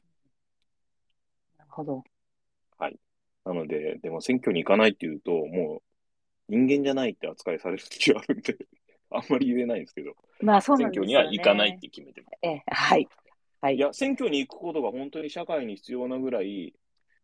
なるほど。 はい。なので、でも選挙に行かないっていうと、もう人間じゃないって扱いされる時があるんで、あんまり言えないんですけど、 まあ、そうな選挙にはんですよ行かないっね。 て決めてます。 ええ、はい、はい。 いや、選挙に行くことが本当に社会に必要なぐらい、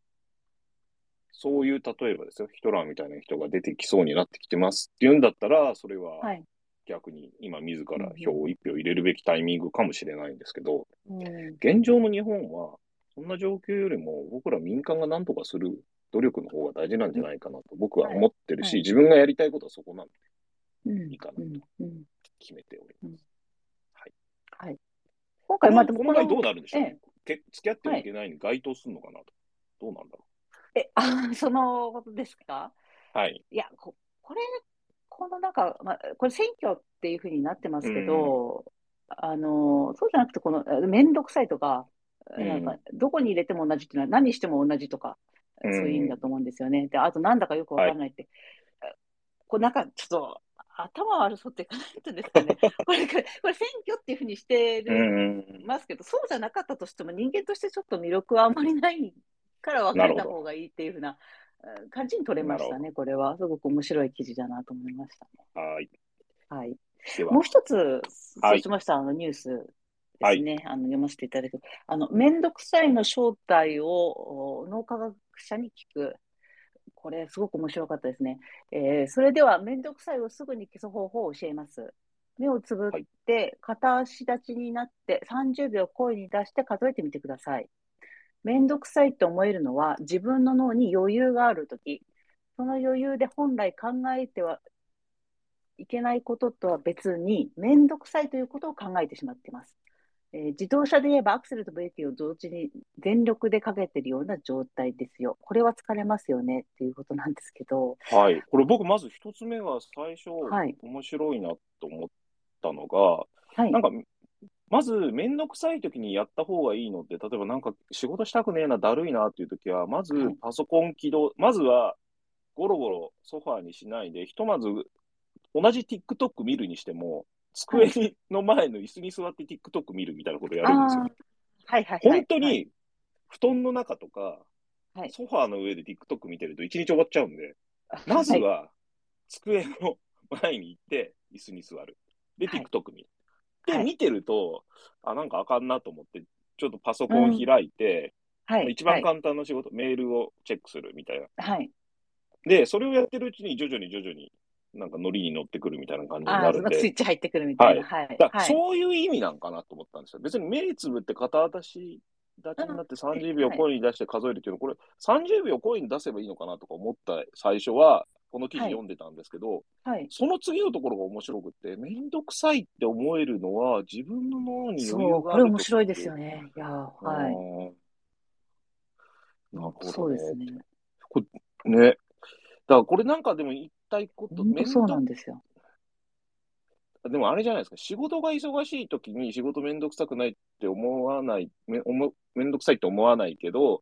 そういう、例えばですよ、ヒトラーみたいな人が出てきそうになってきてますっていうんだったら、それははい。 逆に今自らうん、 票を一票入れるべきタイミングかもしれないんですけど、 うん、うん、 現状の日本は、そんな状況よりも僕ら民間が何とかする努力の方が大事なんじゃないかなと僕ははい、 思ってるし、 はい。 自分がやりたいことはそこなのでうん、 いいかなとうん、うん、 決めておりうん。 ます。はい。 はい。今回、まあ、 この、 でも、 この場合どうこの、 なるんでしょうね。 ええ、 け付き合ってはい。 はいけないに該当するのかなと。どうなんだろえ、あ、そのことですか？ う。はい。 いや、こ、これ、このなんか、まあ、これ選挙っていうふうになってまうすけん。 ど、あの、そうじゃなくて、この、えめんどくさいとか、なんか、 うん。 どこに入れても同じっていうのは何しても同じとか、 うそういう意味だん。 と思うんですよね。で、あと、なんだかよくわはい。 かんないって、こう、なんか、ちょっと、頭悪そうっていうか、なんていうんですかね。これ、これ選挙っていうふうにしてうる、 ん。 ますけど、そうじゃなかったとしても、人間としてちょっと魅力はあんまりないから別れなるほど。 た方がいいっていうふうなうん感じに取れなるほど。 ましたね、これは。すごく面白い記事だなと思いましたね。 はい。 はい。 では、 もう一つ、 はい。 そうしました、あのニュースではい。 すね。あの読ませていただく。あの、めんどくさいの正体をお脳科学者に聞く。これ、すごく面白かったですね。えーそれでは、めんどくさいをすぐに消す方法を教えます。目をつぶっはい。 て、片足立ちになってさんじゅうびょう声に出して数えてみてください。めんどくさいと思えるのは自分の脳に余裕があるとき、その余裕で本来考えてはいけないこととは別に、めんどくさいということを考えてしまっています。えー自動車で言えばアクセルとブレーキを同時に全力でかけているような状態ですよ。これは疲れますよねっていうことなんですけど、 はい。これ僕まず一つ目が最初はい、 面白いなと思ったのが、 はい、 なんかまず、めんどくさい時にやった方がいいのって、例えばなんか仕事したくねえな、だるいなっていう時は、まずはい、 パソコン起動、まずはゴロゴロソファーにしないで、ひとまず同じ TikTok 見るにしても、 はい。 机の前の椅子に座って TikTok 見るみたいなことをやあるんですよ。 あ、はい、はい、はい、はい、 本当に布団の中とか、 はい、 ソファーの上で TikTok 見てると一日終わっちゃうんで、まずはい、 は机の前に行って椅子に座る。で、 はい、 TikTok 見る。で、 はい。 見てると、あ、なんかあかんなと思って、ちょっとパソコンうん、 開いて、 はい、はい、 一番簡単な仕事、メールをチェックするみたいな。 はい。 で、それをやってるうちに徐々に徐々になんかノリに乗ってくるみたいな感じにああ、そのスなるんで、 イッチ入ってくるみたいな。 はい。 はい、 だはい。 そういう意味なんかなと思ったんですよ。別に目つぶって片足立うん、はちになって30 い、 秒はい。 声に出して数えるっていうの、これさんじゅうびょう声に出せばいいのかなとか思った最初は、この記事はい。 読んでたんですけど、 はい。 その次のところが面白くって、めんどくさいって思えるのは自分の脳に余そう、これ裕があるとき面白いですって、 よね。いやー、 あはい。 ーなる本当ほどね。 そうですね。 これね。だからこれなんかでも言いたいこと、 本当そうなめんどんですよ。 でもあれじゃないですか、仕事が忙しい時に仕事めんどくさくないって思わない、め、思めんどくさいって思わないけど、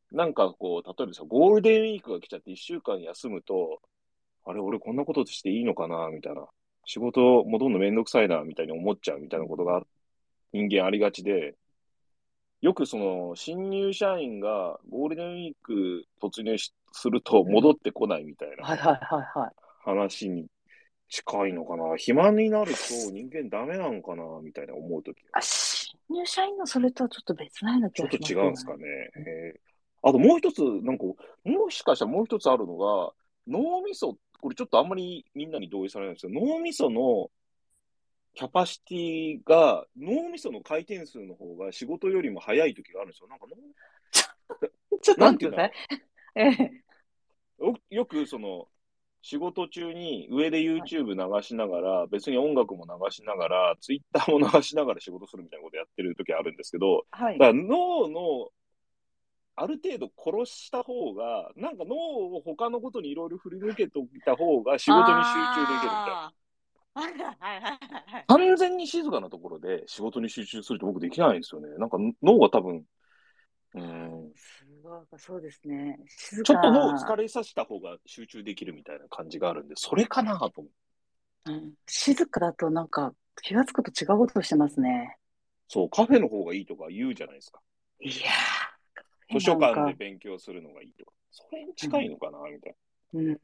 なんかこう、例えばさ、ゴールデンウィークが来ちゃっていっしゅうかん休むと、あれ、俺こんなことしていいのかなみたいな。仕事戻るのめんどくさいな、みたいに思っちゃうみたいなことが人間ありがちで、よくその、新入社員がゴールデンウィーク突入しするとうん。 戻ってこないみたいなはいはいはいはい。 話に近いのかな。暇になると人間ダメなのかなみたいな思うときが。 あ、新入社員のそれとはちょっと別なような気がちょっとしますけどね。 違うんですかね。へーあともう一つ、なんか、もしかしたらもう一つあるのが、脳みそ、これちょっとあんまりみんなに同意されないんですけど、脳みそのキャパシティが、脳みその回転数の方が仕事よりも早い時があるんですよ。なんか脳、 ちょっと待ってください。 なんて言うんだろええ。 う。よよくその、仕事中に上ではい。 YouTube 流しながら、別に音楽も流しながら、Twitter も流しながら仕事するみたいなことやってる時あるんですけど、 はい。 だから脳のある程度殺した方が、なんか脳を他のことにいろいろ振り向けておいた方が仕事に集中できるみたいな。 ああ。はいはいはいはいはい。 完全に静かなところで仕事に集中するって僕できないんですよね。なんか脳が多分、うあ、 ん、 すごい、そうですね。静ちょっと脳を疲か、 れさせた方が集中できるみたいな感じがあるんで、それかなと思う。 うん、静かだとなんか気がつくと違うことしてますね。 そう、カフェの方がいいとか言うじゃないですか。 いやー、 図書館でなんか、 勉強するのがいいとか。それにうん、 近いのかなみたいうん、な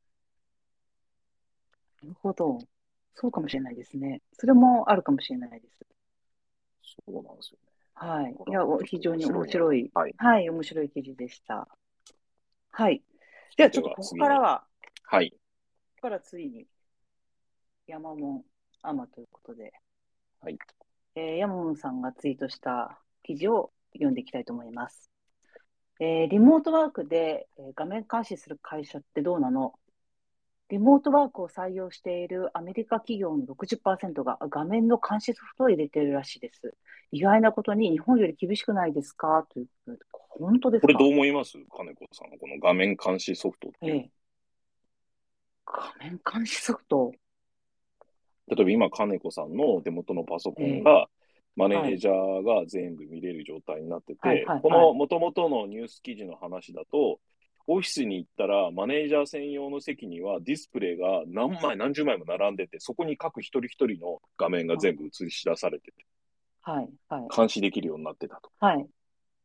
るほど。そうかもしれないですね。それもあるかもしれないです。 な。そうなんですよね。 はい。 だから、 いや、おちょっと面非常に面白いなと。 白い、 はい。 はい、面白い記事でした。はい。では、ちょでっとここは次に。 からは、 はい。 ここからついに山門アマということで、 はい。 えー、山門さんがツイートした記事を読んでいきたいと思います。えーリモートワークで、えー画面監視する会社ってどうなの？リモートワークを採用しているアメリカ企業のろくじゅっパーセントが画面の監視ソフトを入れているらしいです。意外なことに日本より厳しくないですかということで、本当ですこれどうか？ 思います金子さんのこの画面監視ソフトっていうの。 ええ、画面監視ソフト。 例えば今、金子さんの手元のパソええ、 コンが、マネはい、 ージャーが全部見れる状態になってはい、 て、 はい、 こはい。 の元々のニュース記事の話だと、オフィスに行ったら、マネージャー専用の席にはディスプレイが何枚、何十枚も並んでて、そこに各一人一人の画面が全部映し出されてて、 はい、はい、 監視できるようになってたとはい。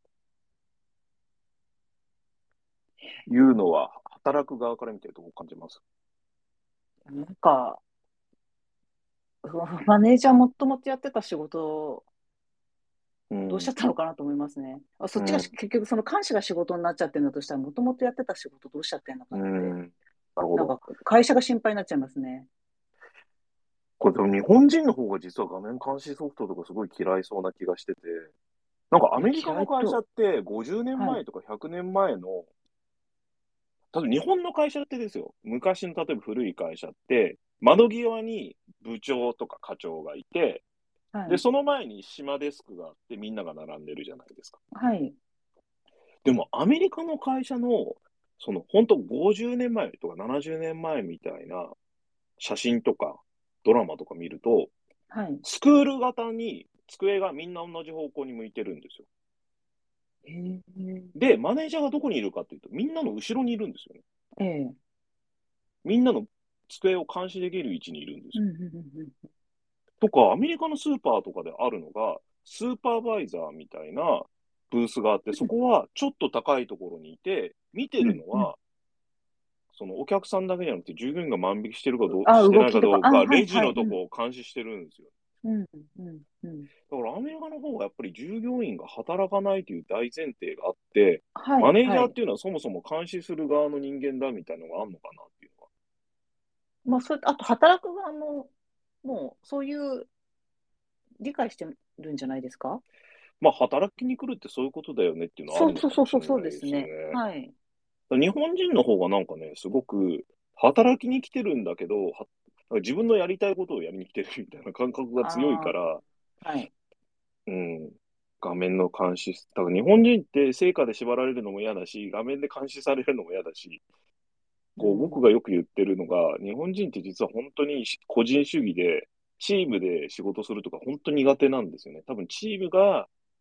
いうのは、働く側から見てどう感じます？ なんか、マネージャーもともとやってた仕事うん。 どうしちゃったのかなと思いますね。あ、そっちがうん。 結局その監視が仕事になっちゃってるのとしたら、もともとやってた仕事どうしちゃってるのかうなって、 ん。なるほど。 なんか会社が心配になっちゃいますね。 これでも日本人の方が実は画面監視ソフトとかすごい嫌いそうな気がしてて、なんかアいや、 メリカの会社嫌いと、 ってごじゅうねんまえはい、 とかひゃくねんまえの、例えば日本の会社ってですよ、昔の例えば古い会社って、窓際に部長とか課長がいて、で、 はい、 その前に島デスクがあってみんなが並んでるじゃないですか。 はい、 でもアメリカの会社の、その本当ごじゅうねんまえとかななじゅうねんまえみたいな写真とかドラマとか見ると、 はい。 スクール型に机がみんな同じ方向に向いてるんですよ。 へえ、 で、マネージャーがどこにいるかっていうと、みんなの後ろにいるんですよね。 ええ、 みんなの机を監視できる位置にいるんですよ。 うん、うん、うん、 とか、アメリカのスーパーとかであるのが、スーパーバイザーみたいなブースがあって、そこはちょっと高いところにいて、見てうん、うん。 るのは、そのお客さんだけじゃなくて、従業員が万引きしてるかどう、 あ、 してない動きとか、あ、 かどうか、 はい、はい、 レジのとうん、 こを監視してるんですよ。 うん、うん、うん。 だからアメリカの方がやっぱり従業員が働かないという大前提があって、 はい、 マネージはい。 ャーっていうのはそもそも監視する側の人間だみたいなのがあるのかなっていうのは。 まあ、それ、あと働く側も、もう、そういう理解してるんじゃないですか？ まあ、働きに来るってそういうことだよねっていうのはあそうるのかもしそうそうそう、そうれないですよですね。 ね。 はい。 日本人の方がなんかね、すごく働きに来てるんだけど、は自分のやりたいことをやりに来てるみたいな感覚が強いかあら、 あ、はい。 うん、画面の監視、だから日本人って成果で縛られるのも嫌だし、画面で監視されるのも嫌だし、こう僕うん。 がよく言ってるのが、日本人って実は本当に個人主義で、チームで仕事するとか本当に苦手なんですよね。多分チームが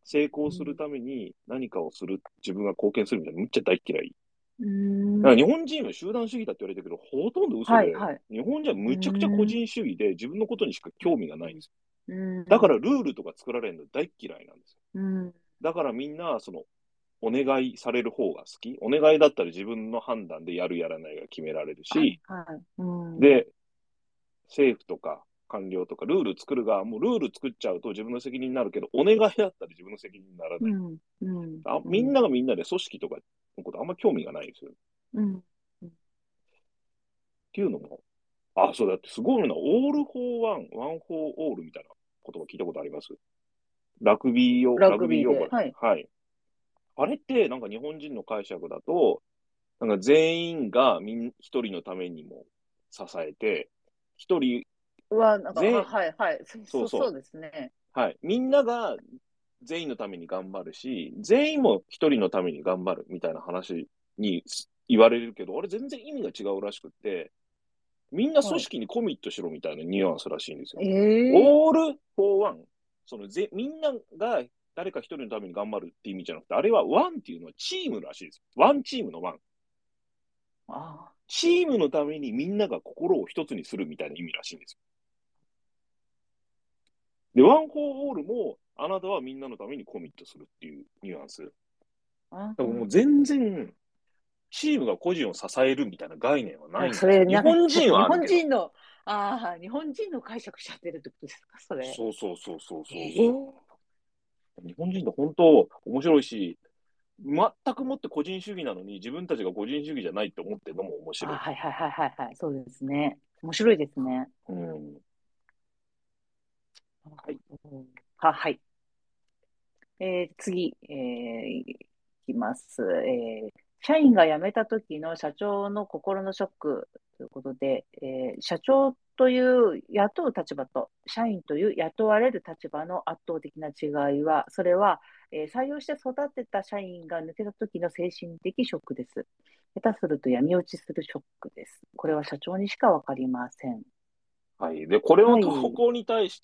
成功するために何かをする、自分が貢献するみたいな、むっちゃ大っ嫌い。 うーん。 だから日本人は集団主義だって言われてるけど、ほとんど嘘で、 はい、はい。 日本人はうむちゃくちゃ個ーん。 人主義で自分のことにしか興味がないんですよ。 うん。 だからルールとか作られるの大っ嫌いなんですよ。 うん。 だからみんな、その、お願いされる方が好き。お願いだったら自分の判断でやるやらないが決められるはい、 し、 はい。うん。 で、政府とか官僚とかルール作る側もルール作っちゃうと自分の責任になるけど、お願いだったら自分の責任にならない。 うん。うん。 あ、 うん。 みんながみんなで組織とかのことあんま興味がないんですよ。っうん。 ていうのも、あ、そうだってすごいな。オール・フォー・ワン、ワン・フォー・オールみたいな言葉聞いたことあります？ラグビー用、 ララグビー用語。 グビーで。はい。 はい。あれってなんか日本人の解釈だと、なんか全員がみん一人のためにも支えて、一人、 うわ、なんか、は、 全、 はい、はい。そ、そ、そうそうそですね。 う。はい。みんなが全員のために頑張るし、全員も一人のために頑張るみたいな話に言われるけど、あれ全然意味が違うらしくって、みんな組はい。 織にコミットしろみたいなニュアンスらしいんですよ。 ええオール・フォー・ワン。そのぜ、みんなが誰か一人のために頑張るって意味じゃなくて、あれはワンっていうのはチームらしいです。ワンチームのワン。 ああ。 チームのためにみんなが心を一つにするみたいな意味らしいんですよ。で、ワン・フォー・オールも、あなたはみんなのためにコミットするっていうニュアンス。だあからもう全然、チームが個人を支えるみたいな概念はなあ、 いんですよ。 それ、なんか、 日本人ちょっと日はあるけど。 本人の、ああ、日本人の解釈しちゃってるってことですか、それ。 そうそうそうそうそうええそう。日本人って本当面白いし、全くもって個人主義なのに自分たちが個人主義じゃないって思ってるのも面ああ、 白い。 はいはいはいはいはい。そうですね。面白いですね。 うん。はい。 うんは、はい。えー次、えーいきます。えー社員が辞めた時の社長の心のショックということで、えー社長という雇う立場と社員という雇われる立場の圧倒的な違いは、それは、えー採用して育てた社員が抜けた時の精神的ショックです。下手すると闇落ちするショックです。これは社長にしかわかりません。 はい。で、これの投はい。 稿に対して、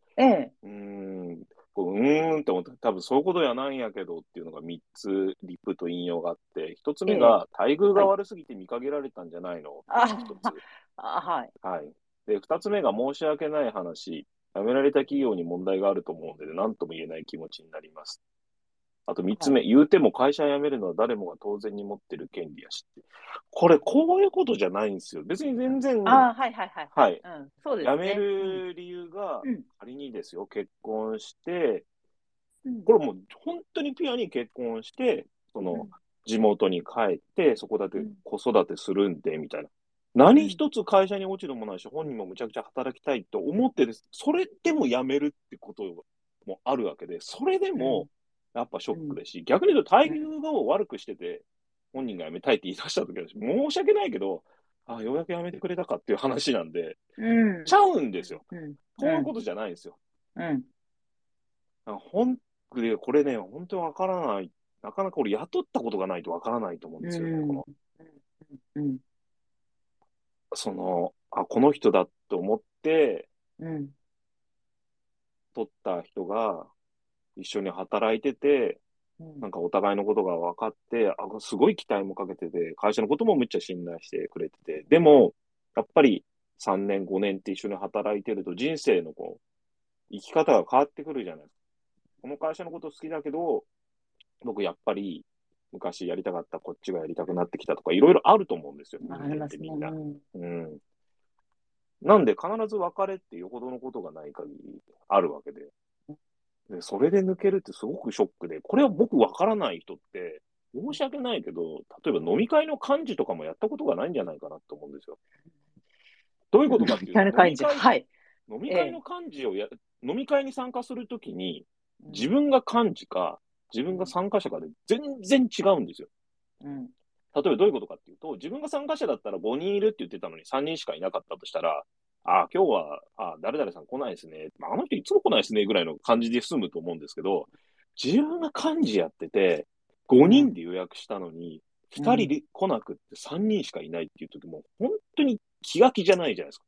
ええ。 うーん、こう、うーんって思った。多分そういうことやないんやけどっていうのがみっつ、リップと引用があって、ひとつええ。 めが、待遇はい。 が悪すぎて見限られたんじゃないのってあ、 いうのがひとつ。 あ、はい。 はい。で、ふたつめが申し訳ない話、辞められた企業に問題があると思うので、何とも言えない気持ちになります。あとみっつはい。 め、言うても会社辞めるのは誰もが当然に持ってる権利やしって。これ、こういうことじゃないんですよ。別に全然、 ああ、はいはいはいはい。 はい。 うん。そうで辞めすね。うん。 る理由が、 うん。 仮にですよ、結婚して、 うん。 これもう本当にピュアに結婚して、その、 うん。 地元に帰って、そこだけうん。 子育てするんで、みたいな。 うん。 何一つ会社に落ち度もないし、本人もむちゃくちゃ働きたいと思ってです。それでも辞めるってこともあるわけで、それでも、 うん。 やっぱショうん。 ックですし、逆に言うと待うん。 遇を悪くしてて、本人が辞めたいって言い出した時は、申し訳ないけど、あ、ようやく辞めてくれたかっていう話なんで、 うん。 ちゃうんですよ。 うん。うん。 こういうことじゃないんですよ。 うん。 本で、これね、本当にわからない。なかなか俺雇ったことがないとわからないと思うんですよね。こうん。 の、 うん。 その、あ、この人だと思ってうん。 取った人が一緒に働いてて、 うん。 なんかお互いのことが分かって、あ、すごい期待もかけてて、会社のこともめっちゃ信頼してくれてて、でも、やっぱりさんねん、ごねんって一緒に働いてると人生のこう、生き方が変わってくるじゃないですか。この会社のこと好きだけど、僕やっぱり昔やりたかったこっちがやりたくなってきたとかいろいろあると思うんですよ、人間っありますね。 てみんな。 うん。 うん。なんで必ず別れってよほどのことがない限りあるわけで。で、それで抜けるってすごくショックで、これは僕わからない人って、申し訳ないけど、例えば飲み会の幹事とかもやったことがないんじゃないかなと思うんですよ。どういうことかっていうと、 やる感じ。 飲み会、 はい。 飲みええ。 会の幹事をや、飲み会に参加するときに、 うん。 自分が幹事か、自分がうん。 参加者かで全然違うんですよ。 うん。 例えばどういうことかっていうと、自分が参加者だったらごにんいるって言ってたのにさんにんしかいなかったとしたら、ああ、今日は、ああ、誰々さん来ないですね。まあ、あの人いつも来ないですね、ぐらいの感じで済むと思うんですけど、自分が幹事やってて、5 うん。 人で予約したのに、2人うん。 で来なくってさんにんしかいないっていう時も、本当に気が気じゃないじゃないですか。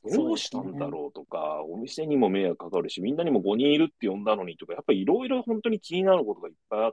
そうどうしたんだですね。 ろうとか、お店にも迷惑かかるし、みんなにもごにんいるって呼んだのにとか、やっぱりいろいろ本当に気になることがいっぱいあって、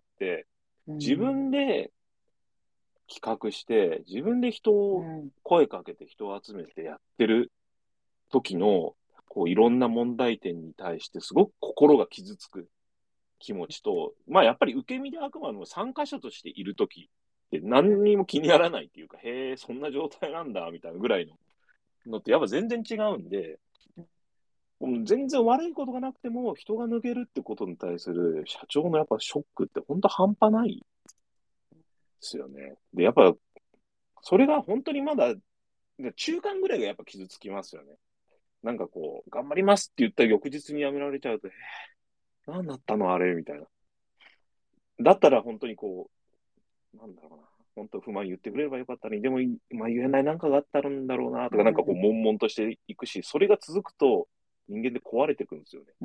自うん。 分で企画して、自分で人をうん。 声かけて人を集めてやってる時の、こういろんな問題点に対してすごく心が傷つく気持ちと、まあやっぱり受け身であくまでも参加者としている時って何にも気にならないっていうか、へえ、そんな状態なんだ、みたいなぐらいののってやっぱ全然違うんで、もう全然悪いことがなくても人が抜けるってことに対する社長のやっぱショックって本当半端ないですよね。で、やっぱそれが本当にまだで中間ぐらいがやっぱ傷つきますよね。なんかこう、頑張りますって言った翌日に辞められちゃうと、えー、何だったのあれみたいな。だったら本当にこう、なんだろうな。本当不満言ってくれればよかったのに、でも、まあ、言えないなんかがあったんだろうな、とか、なんかこう、 うん。 悶々としていくし、それが続くと、人間で壊れていくんですよね。っうん。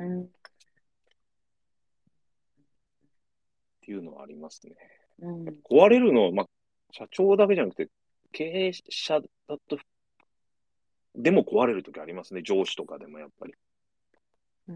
ていうのはありますね。 うん。 壊れるのは、まあ、社長だけじゃなくて、経営者だと、でも壊れるときありますね。上司とかでもやっぱり。 うん。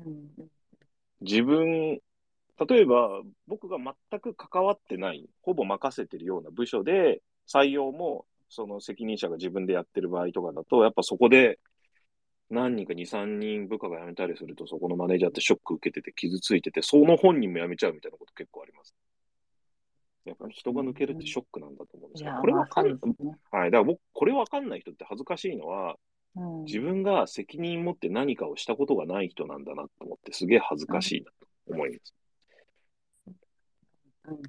自分、例えば、僕が全く関わってない、ほぼ任せてるような部署で、採用も、その責任者が自分でやってる場合とかだと、やっぱそこで何人かに、さんにん部下が辞めたりすると、そこのマネージャーってショック受けてて傷ついてて、その本人も辞めちゃうみたいなこと結構あります。やっぱり人うが抜けるってん。 ショックなんだと思うんですけど、 いや、 これまあ、 わかん、はい。 そうですね。 だから僕、これわかんない人って恥ずかしいのは、 うん。うん。 自分が責任持って何かをしたことがない人なんだなと思って、すげえ恥ずかしいなと思います。 うん。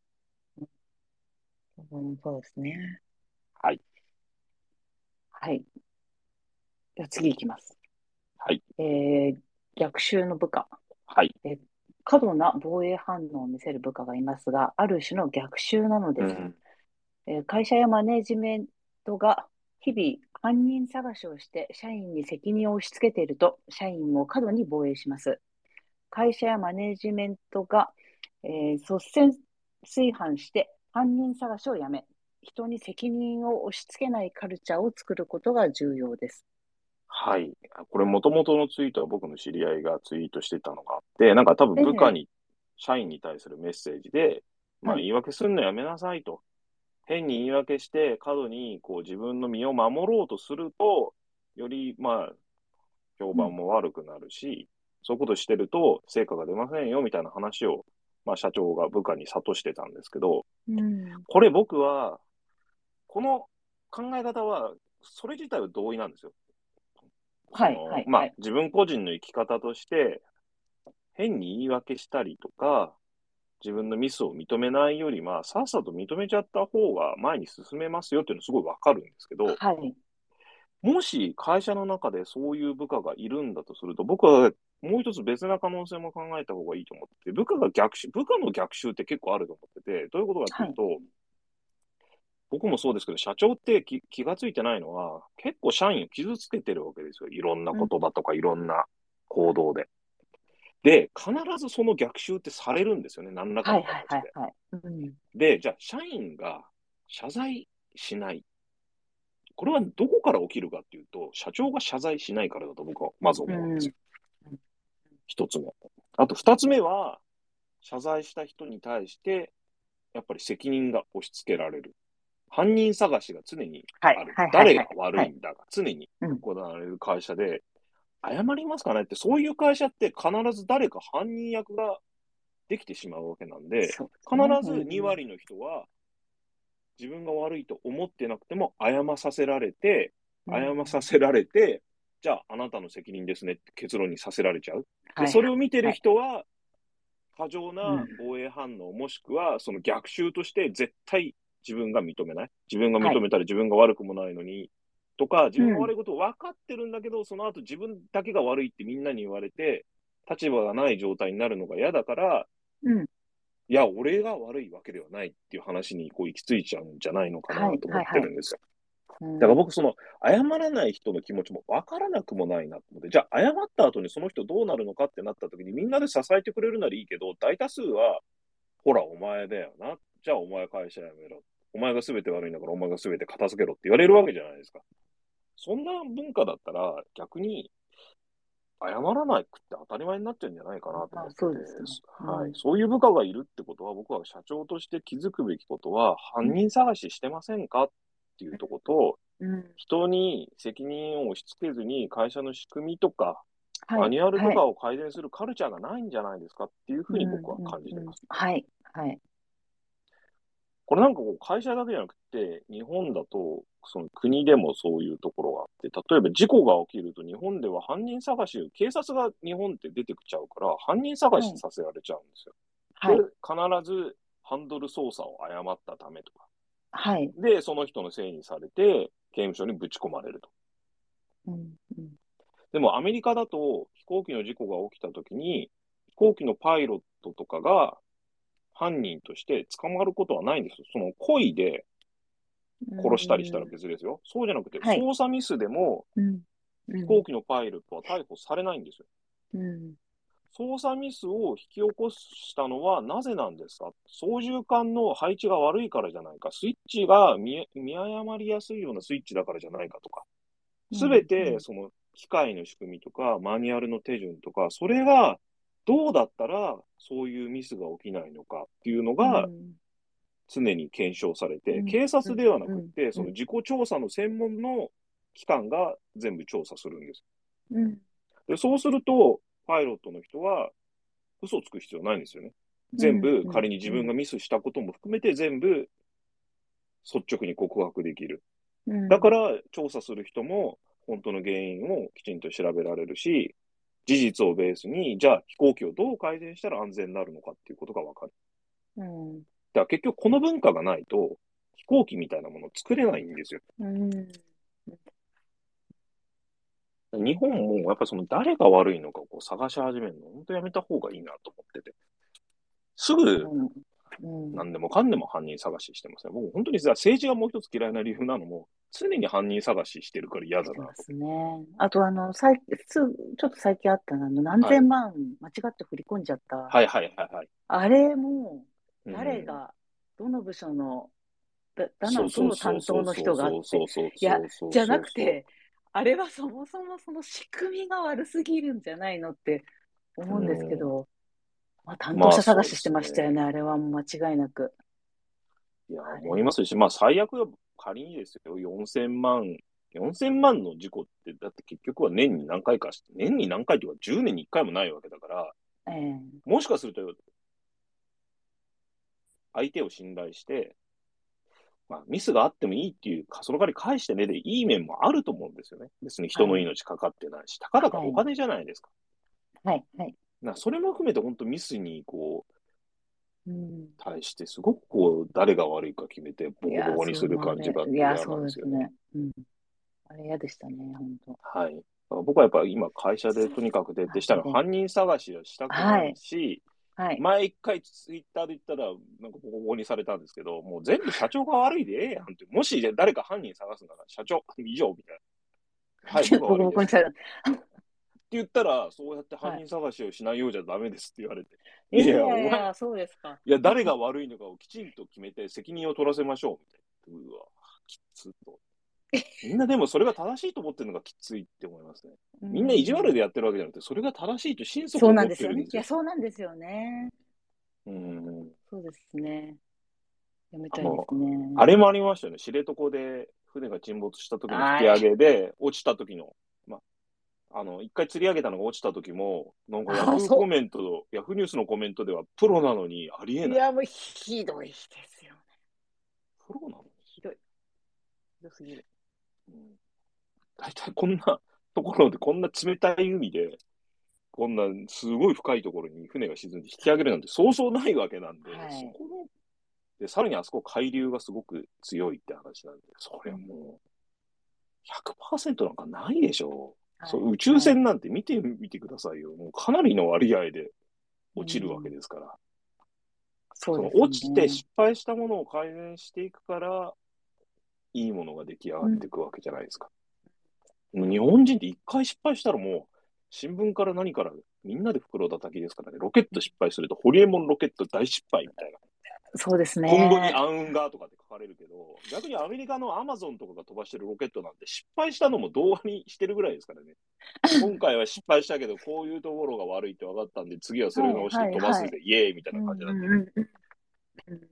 うん、そうですね。 はい。 はい。じゃあ次いきます。 はい。 えー、逆襲の部下。 はい。 えー過度な防衛反応を見せる部下がいますが、ある種の逆襲なのです。 うん。 えー会社やマネジメントが日々犯人探しをして社員に責任を押し付けていると、社員も過度に防衛します。会社やマネジメントが、えー率先垂範して犯人探しをやめ、人に責任を押し付けないカルチャーを作ることが重要です。 はい。これ、もともとのツイートは僕の知り合いがツイートしてたのがあって、なんか多分ええ、 部下に、社員に対するメッセージで、まあ、 はい。 言い訳すんのやめなさいと。変に言い訳して、過度にこう自分の身を守ろうとすると、より、まあ、評うん、 判も悪くなるし、そういうことしてると、成果が出ませんよ、みたいな話を、まあ、社長が部下に諭してたんですけど、 うん、 これ僕は、この考え方は、それ自体は同意なんですよ。そはい、はの、 い、 まあ、 はい。 自分個人の生き方として、変に言い訳したりとか、自分のミスを認めないより、まあ、さっさと認めちゃった方が前に進めますよっていうのはすごいわかるんですけど、 はい。 もし会社の中でそういう部下がいるんだとすると、僕はもう一つ別な可能性も考えた方がいいと思ってて、部下が逆襲、部下の逆襲って結構あると思ってて、どういうことかってはい。 いうと、僕もそうですけど、社長って気気がついてないのは、結構社員を傷つけてるわけですよ。いろんなうん。 言葉とかいろんな行動で。で、必ずその逆襲ってされるんですよね。何らかはい、 のはい、はい、 形で。 はい。うん。 で、じゃあ、社員が謝罪しない。これはどこから起きるかっていうと、社長が謝罪しないからだと僕はまずうん。 思うんですよ。一つ目。あと二つ目は、謝罪した人に対して、やっぱり責任が押し付けられる。犯人探しが常にはい、 ある。 はい、はい、はい。 誰が悪はい。 いんだが常にうん。 行われる会社で、謝りますかねって、そういう会社って必ず誰か犯人役ができてしまうわけなんで、 そうです必ね。うずにん。 割の人は自分が悪いと思ってなくても謝させられて、 うん。 謝させられて、じゃああなたの責任ですねって結論にさせられちゃう。で、 はい、 それを見てるはい。 人は、過剰うん。 な防衛反応、もしくはその逆襲として絶対自分が認めない。自分がはい。 認めたら自分が悪くもないのに、とか、自うん。 分が悪いことを分かってるんだけど、その後自分だけが悪いってみんなに言われて、立場がない状態になるのが嫌だから、 うん。 いや、俺が悪いわけではないっていう話にこう行き着いちゃうんじゃないのかなはい、 と思っはい、はい。 てるんですよ。 うん。 だから僕、その、謝らない人の気持ちも分からなくもないなと思って、じゃあ、謝った後にその人どうなるのかってなった時に、みんなで支えてくれるならいいけど、大多数は、ほら、お前だよな。じゃあ、お前会社辞めろ。お前が全て悪いんだから、お前が全て片付けろって言われるわけじゃないですか。 そんな文化だったら逆に謝らなくて当たり前になっちゃうんじゃないかなとあ、 思ってて、 そうですね。うはい。 ん。 そういう部下がいるってことは、僕は社長として気づくべきことは、犯人探ししてませんかっていうところと、 うん。 人に責任を押し付けずに会社の仕組みとか、 はい。 マニュアルとはい。 かを改善するカルチャーがないんじゃないですかっていうふうん。 うに僕はうん。うん。 感じてます。 はい。はい。 これなんかこう会社だけじゃなくて、日本だと、その国でもそういうところがあって、例えば事故が起きると日本では犯人探しを、警察が日本って出てきちゃうから、犯人探しはい。 させられちゃうんですよ。で、 はい。 必ずハンドル操作を誤ったためとか。 はい。 で、その人のせいにされて、刑務所にぶち込まれると。 うん。うん。 でもアメリカだと飛行機の事故が起きた時に、飛行機のパイロットとかが犯人として捕まることはないんですよ。その故意でう殺したりしたらん。 別ですよ。そうじゃなくて、 はい。 操作ミスでもうん。う飛ん。 行機のパイロットは逮捕されないんですよ。 うん。 操作ミスを引き起こしたのはなぜなんですか？操縦桿の配置が悪いからじゃないか、スイッチが見見誤りやすいようなスイッチだからじゃないかとか、すべうん。うん。 てその機械の仕組みとかマニュアルの手順とか、それがどうだったらそういうミスが起きないのかっていうのうがん。 常に検証されて、 うん。 警うん。 察ではなうん。 くって、 うん。 その事故調査の専門の機関が全部調査するんです。 うん。 で、そうすると、パイロットの人は嘘をつく必要ないんですよね。 うん。 全部、 うん。 仮に自分がミスしたことも含めて全部率直に告白できる。 うん。 だから、調査する人も本当の原因をきちんと調べられるし、事実をベースに、じゃあ飛行機をどう改善したら安全になるのかっていうことがわかる。 うん。 だから結局この文化がないと、飛行機みたいなものを作れないんですよ。 うん。 日本もやっぱりその誰が悪いのかをこう探し始めるの、本当やめた方がいいなと思ってて。すぐうん。うん。 何でもかんでも犯人探ししてますね。僕本当に政治がもう一つ嫌いな理由なのも、常に犯人探ししてるから嫌だなと。 してますね。あと、あの、最、つ、ちょっと最近あったの、あの、何はい。 千万間違って振り込んじゃった。 はいはいはいはい。 あれも、 うん。 誰が、どの部署の、だ、だな、どそうそうの担当のそうそうそう人がって。 そうそういや、 そうそうじゃなそうそくて、あれはそもそもその仕組みが悪すぎるんじゃないのってう。 思うんですけうん。 ど、まあ、担当まあ者探そうですね。 ししてましたよね、あれはもう間違いなく。 いや、 あれ。 思いますし、まあ最悪は仮にですよ、よんせんまん、よんせんまんの事故って、だって結局は年に何回かし、年に何回というかじゅうねんにいっかいもないわけだから、 ええ、 もしかすると相手を信頼して、まあ、ミスがあってもいいっていう、その代わり返してねでいい面もあると思うんですよね。別に人のはい、 命かかってないし、たかだかはい、 お金じゃないですか。 はい、はい。 なそれも含めて本当ミスにこう、 うん。 対してすごくこう、誰が悪いか決めてボいや、 コボコにそう、 するまあね、 感じがあっいや、 て嫌なそうんですよね。 ですね。うん。あれ嫌でしたね、本当。 はい。僕はやっぱ今会社でとにかく徹底したらあれで。 犯人探しをしたくないはい、 し、 はい。 前一回ツイッターで言ったら、なんかボコボコにされたんですけど、もう全部社長が悪いでええやんって。もし誰か犯人探すなら社長、以上みたいな。はい、僕がボコ悪いですって。 ボコにされ言ったら、そうやってた。はい。 犯人探しをしないようじゃダメですって言われて。 いやいいや、お前、 やいや、そうですか。 いや、誰が悪いのかをきちんと決めて責任を取らせましょう、みたいな。うわ、きつと。みんなでもそれが正しいと思ってるのがきついって思いますね。 うみんな意地悪ん。 でやってるわけじゃなくて、それが正しいと心底そうな思っんですよね。いや、 てるんですよ。 そうなんですよね。 うん。 そうですね。やめたいであの、 すね。 あれもありましたよね。知床で船が沈没した時の引き上はい。 げで、落ちた時の、まあの、一回釣り上げたのが落ちた時も、なんかヤああ、 フーコそメント、ヤフーニュースのコメントでは、プロなのにありえう。いない。 や、もうひどいですよね。 プロなのに、 ひどい。ひどすぎる。 うん、大体こんなところで、こんな冷たい海で、こんなすごい深いところに船が沈んで引き上げるなんてそうそうないわけなんで、 はい。 そこの、で、さらにあそこ海流がすごく強いって話なんで、それはもうひゃくパーセントなんかないでしょう。 はい。 そう、宇宙はい。 船なんて見てみてくださいよ。もうかなりの割合でう落ちるわけん。 ですから。そのそうです落ちてね。 失敗したものを改善していくから、いいものが出来上がうん。 っていくわけじゃないですか。もう日本人って一回失敗したらもう、新聞から何からみんなで袋叩きですからね。ロケット失敗すると、ホリエモンロケット大失敗みたいな。 そうです今後にね。 暗雲がとかって書かれるけど、逆にアメリカのアマゾンとかが飛ばしてるロケットなんて失敗したのも童話にしてるぐらいですからね。今回は失敗したけど、こういうところが悪いって分かったんで、次はそれはい、 直してはい、はい。 飛ばすぜ、イエーイみたいなうん、 感じなんで、 うん、うん、うん。うん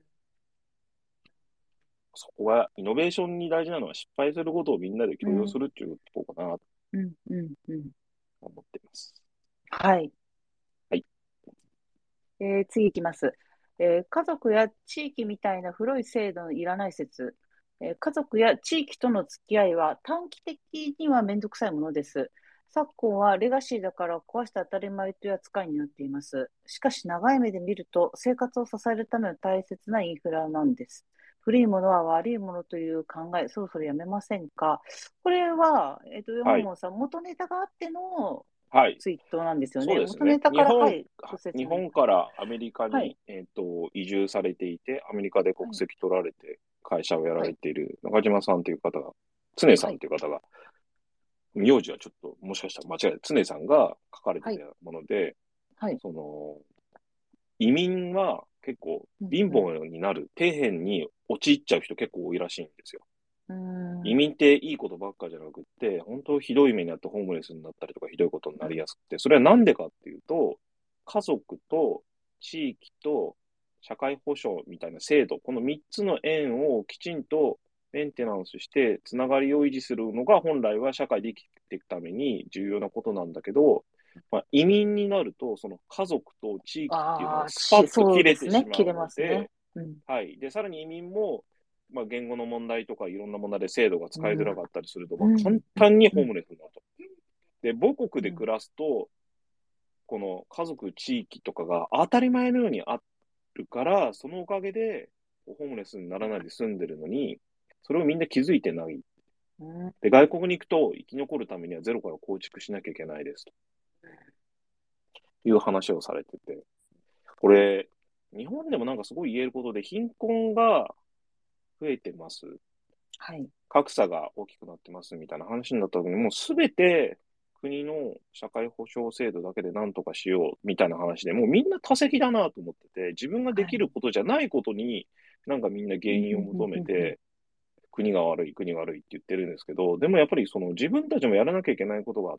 そこはイノベーションに大事なのは失敗することをみんなで共有すうん、 るっていうところかなとうん、うん、うん。 思っています。 はい。 はい。 えー次いきます。えー家族や地域みたいな古い制度のいらない説。えー家族や地域との付き合いは短期的にはめんどくさいものです。昨今はレガシーだから壊して当たり前という扱いになっています。しかし長い目で見ると生活を支えるための大切なインフラなんです。古いものは悪いものという考え、そろそろやめませんか？これは、えっと、山はい。 本さん、元ネタがあってのはい。 ツイートなんですよね。 そうですね。 元ネタから、は日本、 い、ご説明日本ください。 からアメリカはい。 に、えっと、移住されていて、アメリカで国はい。 籍取られて会社をやらはい。 れている中島さんという方が、常さはい。 んという方が、名字はちょっともしかしたら間違えた、常さんが書かれてたはい。 もので、 はい。 その、移民は結構うん。 貧うん。 乏になる、底辺に陥っちゃう人結構多いらしいんですよ。 うーん。 移民っていいことばっかじゃなくって、本当ひどい目にあってホームレスになったりとかひどいことになりやすくて、それはなんでかっていうと、家族と地域と社会保障みたいな制度、このみっつの円をきちんとメンテナンスして、つながりを維持するのが本来は社会で生きていくために重要なことなんだけど、まあ、移民になると、その家族と地域っていうのああ、 がスパち、 ッと切そうですね。 れてしまう切れますね。 ので、 うん。 はい。で、さらに移民も、まあ、言語の問題とかいろんな問題で制度が使いづうん。 らかったりすると、まあ、簡うん。うん。 単にホーうん。 ムレスになると。で、母国で暮うん。 らすと、この家族、地域とかが当たり前のようにあるから、そのおかげで、ホームレスにならないで済んでるのに、それをみんな気づいてない。 うんで、外国に行くと生き残るためにはゼロから構築しなきゃいけないですという話をされてて、これ、日本でもなんかすごい言えることで、貧困が増えてます。 はい。 格差が大きくなってますみたいな話になった時に、もうすべて国の社会保障制度だけで何とかしようみたいな話で、もうみんな多責だなと思ってて、自分がではい。 きることじゃないことに、なんかみんな原うん。 因をうん。 求うん。うん。 めて、国が悪い、国が悪いって言ってるんですけど、でもやっぱりその自分たちもやらなきゃいけないことがあって、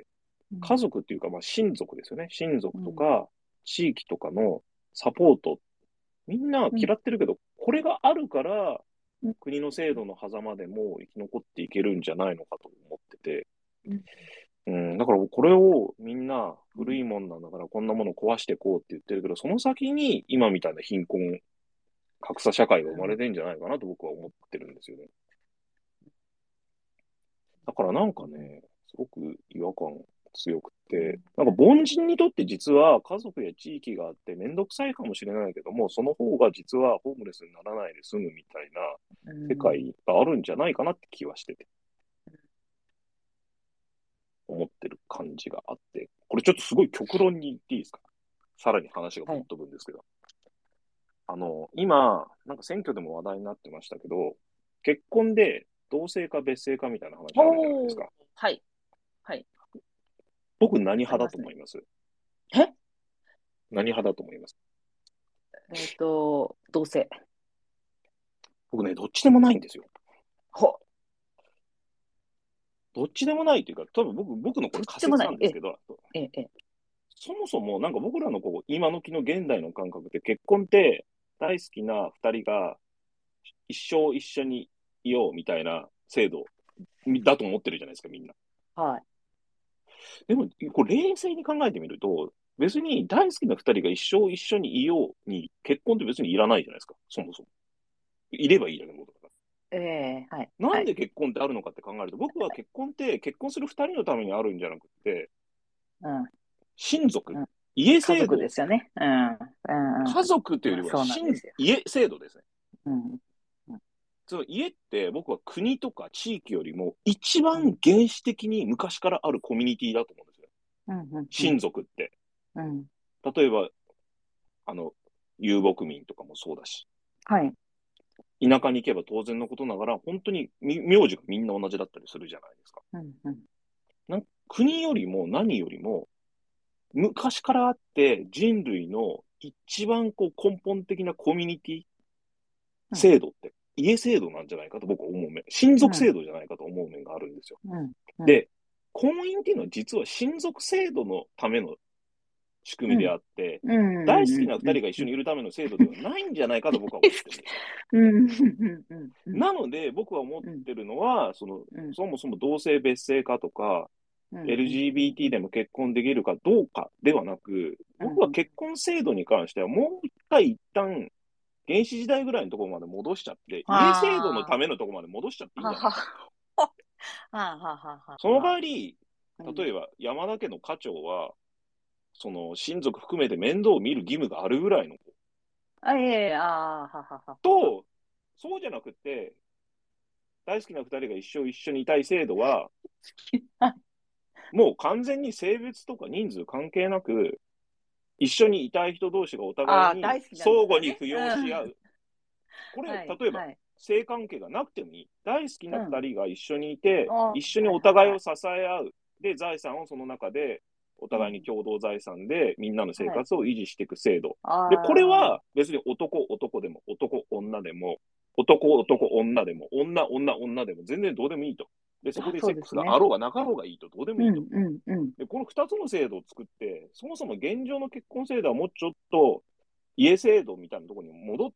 家族っていうか、まあ親族ですよね。親族とうん。 か地域とかのサポート、みんなうん。 嫌ってるけど、これがあるから、 うん。 国の制度の狭間でも生き残っていけるんじゃないのかと思ってて、 うん。 うん、だからこれをみんな古いもんなんだからこんなもの壊していこうって言ってるけど、その先に今みたいな貧困、格差社会が生まれてんじゃないかなと僕は思ってるんですよね。だからなんかね、すごく違和感強くて、なんか凡人にとって実は家族や地域があってめんどくさいかもしれないけども、その方が実はホームレスにならないで済むみたいなう世ん。 界があるんじゃないかなって気はしてて。思ってる感じがあって、これちょっとすごい極論に言っていいですか？さらに話がぶっはい。 飛ぶんですけど。あの、今、なんか選挙でも話題になってましたけど、結婚で同性か別姓かみたいな話あるじゃないですおー。 か。 はい。はい。 僕何派だありますね。 と思います？ え何派だと思います？ えっと、同性。 僕ね、どっちでもないんですよ。 ほ、 どっちでもないというか、多分僕、僕のこどっれ仮説ちでもない。え、 なんですけど、 え、え、 そもそもなんか僕らのこう今の時の現代の感覚で結婚って大好きな二人が一生一緒にいようみたいな制度だと思ってるじゃないですか、みんな。 はい。 でも、これ冷静に考えてみると、別に大好きな二人が一生一緒にいように、結婚って別にいらないじゃないですか、そもそも。いればいいだけのことだから。 ええはい。はい。 なんで結婚ってあるのかって考えると、僕は結婚って結婚する二人のためにあるんじゃなくて、 うん。 親族、 うん。 家家族で制度、 すよね。うん。うん。 家族というよりはうん。そうなんで親、 すよ。 家制度ですね。 うん。うん。 つまり家って僕は国とか地域よりも一うん。 番原始的に昔からあるコミュニティだと思うんですよ。 うん。う親ん。 族って。 うん。 例えば、あの、遊牧民とかもそうだし、 はい。 田舎に行けば当然のことながら、本当に名字がみんな同じだったりするじゃないですか。 うん。うん。 なん国よりも何よりも、昔からあって人類の一番こう根本的なコミュニティうん。 制度って、家制度なんじゃないかと僕は思う面、親族うん。 制度じゃないかと思う面があるんですよ。 うん。うん。 で、婚姻っていうのは実は親族制度のための仕組みでうん。 あって、 うん。 大好きなうん。うん。 二人が一緒にいるための制度ではないんじゃないかと僕は思ってるんですよ。 うん。うん。うん。 なので、僕は思っうん。 てるのは、その、 うん。 そもそも同性別姓かとか、 うん。うん。うん。うエルジービーティーん。 でも結婚できるかどうかではなく、 うん。 僕は結婚制度に関してはもう一回一旦、原始時代ぐらいのところまで戻しちゃって、家制度のあためのところまで戻しちゃっていいんあ。はは。 じゃないか。 はあはははその代は。 わり、 うん。 例えば山田家の家長は、その親族含めて面倒を見る義務があるぐらいのあ、いえいえ、ああ、ははははは。 と、そうじゃなくて、大好きな二人が一生一緒にいたい制度は、もう完全に性別とか人数関係なく、一緒にいたい人同士がお互いああ、 に大好きなんだったらね。 相互に扶うん。 養し合う。これ、 はい、 例えば、 はい。 性関係がなくてもいい。大好きな二うん。 人が一緒にいて、 ああ、 一緒にはい、 おはい、はい。 互いを支え合う。で、財産をその中で、お互いにうん。 共同財産でみんなの生はい。 活を維持していく制度。で、これああ、 は別に男、男でも、男、女でも、男、男、 え女でも、女、女、女でも、全然どうでもいいと。で、そこあ、 でセックスそうですね。 があろうがなかろうがいいと、どうでもいいと。 うん、うん、うん。 で、この二つの制度を作って、そもそも現状の結婚制度はもうちょっと家制度みたいなところに戻って、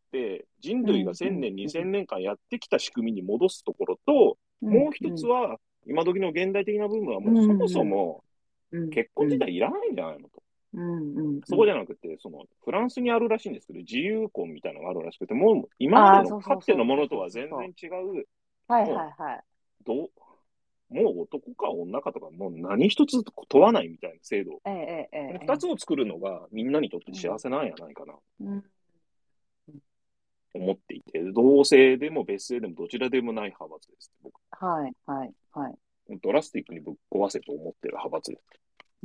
人類がうん、うん、 せんねん、 うん。 にせんねんかんやってきた仕組みに戻すところと、 うん、 もううん。 一つは、今時の現代的な部分はうもうそもそん、 もうん、 結婚自うん。 体いらないんじゃないのと。 うん、うん、うそこじん。 ゃなくて、そのフランスにあるらしいんですけど、自由婚みたいなのがあるらしくて、もう今までああ、 のそうそうかつてのもそうそうそのとは全うそう。 然違う、 はい、 もうはい、はい。 どう、もう男か女かとか、もう何一つ問わないみたいな制度。 ええ、ええ、 このええ。 二つを作るのがみんなにとってうん、 幸せなんやないかな。 うん。 思っていて、同性でも別姓でもどちらでもない派閥です。僕、 はい、はい、はい。 ドラスティックにぶっ壊せと思ってる派閥です。 うん。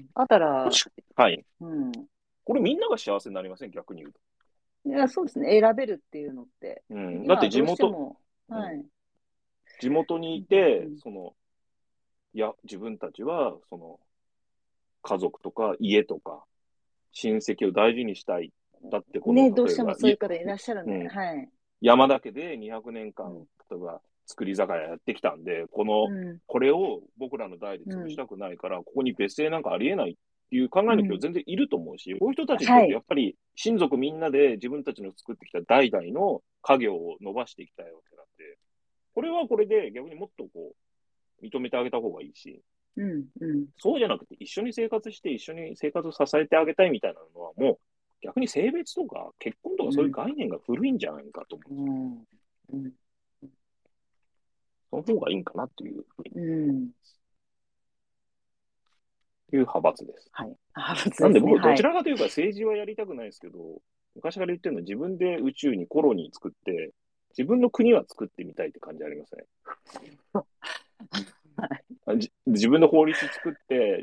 あったら、 はい。 うん。 これみんなが幸せになりません逆に言うと。 いや、そうですね。選べるっていうのって。 うん。だっ今はどうしてて地元、 も、 うん、 はい。 地元にうん、うん、ういて、 ん。 その、いや、自分たちは、その、家族とか家とか親戚を大事にしたい。だって、この、 ね、どうしても例えば、い、 そういう方いらっしゃるんで、 うん、 はい。 山田家でにひゃくねんかん、 うん、 例えば作り酒屋やってきたんで、この、 うん、 これを僕らの代でうん、 潰したくないから、ここに別姓なんかありえないっていう考えの人うん。 全然いると思うし、こういう人たちにとってはい。 やっぱり親族みんなで自分たちの作ってきた代々の家業を伸ばしていきたいわけなんで、これはこれで逆にもっとこう、認めてあげた方がいいし、 うん、うん、 そうじゃなくて一緒に生活して一緒に生活を支えてあげたいみたいなのはもう、逆に性別とか結婚とかそういううん、 概念が古いんじゃないかと思う。 うん、うん。 その方がいいんかなっていうふうに、 うん。 いう派閥です。 はい。派閥ですね。 なんで僕、どはい。 ちらかというか政治はやりたくないですけど、昔から言ってるのは自分で宇宙にコロニー作って、自分の国は作ってみたいって感じありますね。あじ自分の法律作って、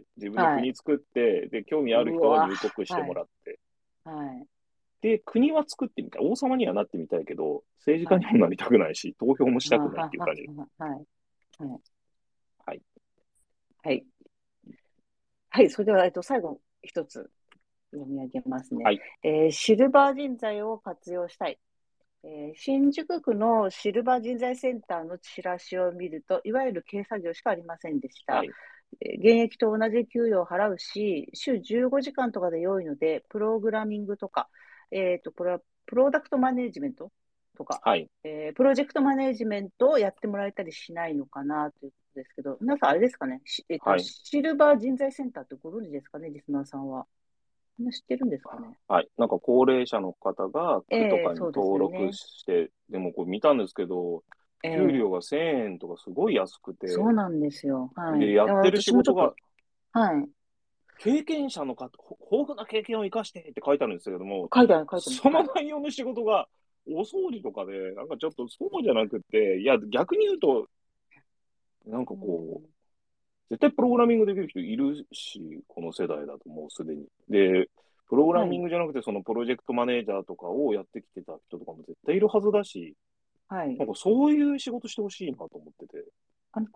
自分のはい。 国作って、で、興味ある人はうわ、 入国してはい。 もらって、 はい。 で、国は作ってみたい。王様にはなってみたいけど、政治家はい。 にもなりたくないし、投票もしたくないっはははていう感じ。 ははい。はい。 はい。 はい。はい。それでは、えっと、最後、一つ読み上げますね。 はい。 えーシルバー人材を活用したい。えー新宿区のシルバー人材センターのチラシを見ると、いわゆる軽作業しかありませんでした。 はい。 えー現役と同じ給与を払うし、週じゅうごじかんとかで良いので、プログラミングとか、えっと、これはプロダクトマネジメントとか、 はい。 えープロジェクトマネジメントをやってもらえたりしないのかなということですけど、皆さんあれですかね、しえっと、 はい。 シルバー人材センターってご存知ですかね、リスナーさんは。みんな知ってるんですかね。 はい。なんか高齢者の方が区とええ、 かにそうです登録よね。 して、でもこれ見たんですけど、 ええ、 給料がせんえんとかすごい安くて、 そうなんですよ。はい。 で、 いややってる仕私もちょっと、 事が、 はい。 経験者の方、ほ豊富な経験を生かしてって書いてあるんですけれども、 書いてある、書いてます。 そのはい。 内容の仕事がお掃除とかで、なんかちょっとそうじゃなくて、いや、逆に言うと、なんかうん、 こう、絶対プログラミングできる人いるし、この世代だともうすでに。で、プログラはい。 ミングじゃなくて、そのプロジェクトマネージャーとかをやってきてた人とかも絶対いるはずだし、 はい。 なんかそういう仕事してほしいなと思ってて。 あの、基本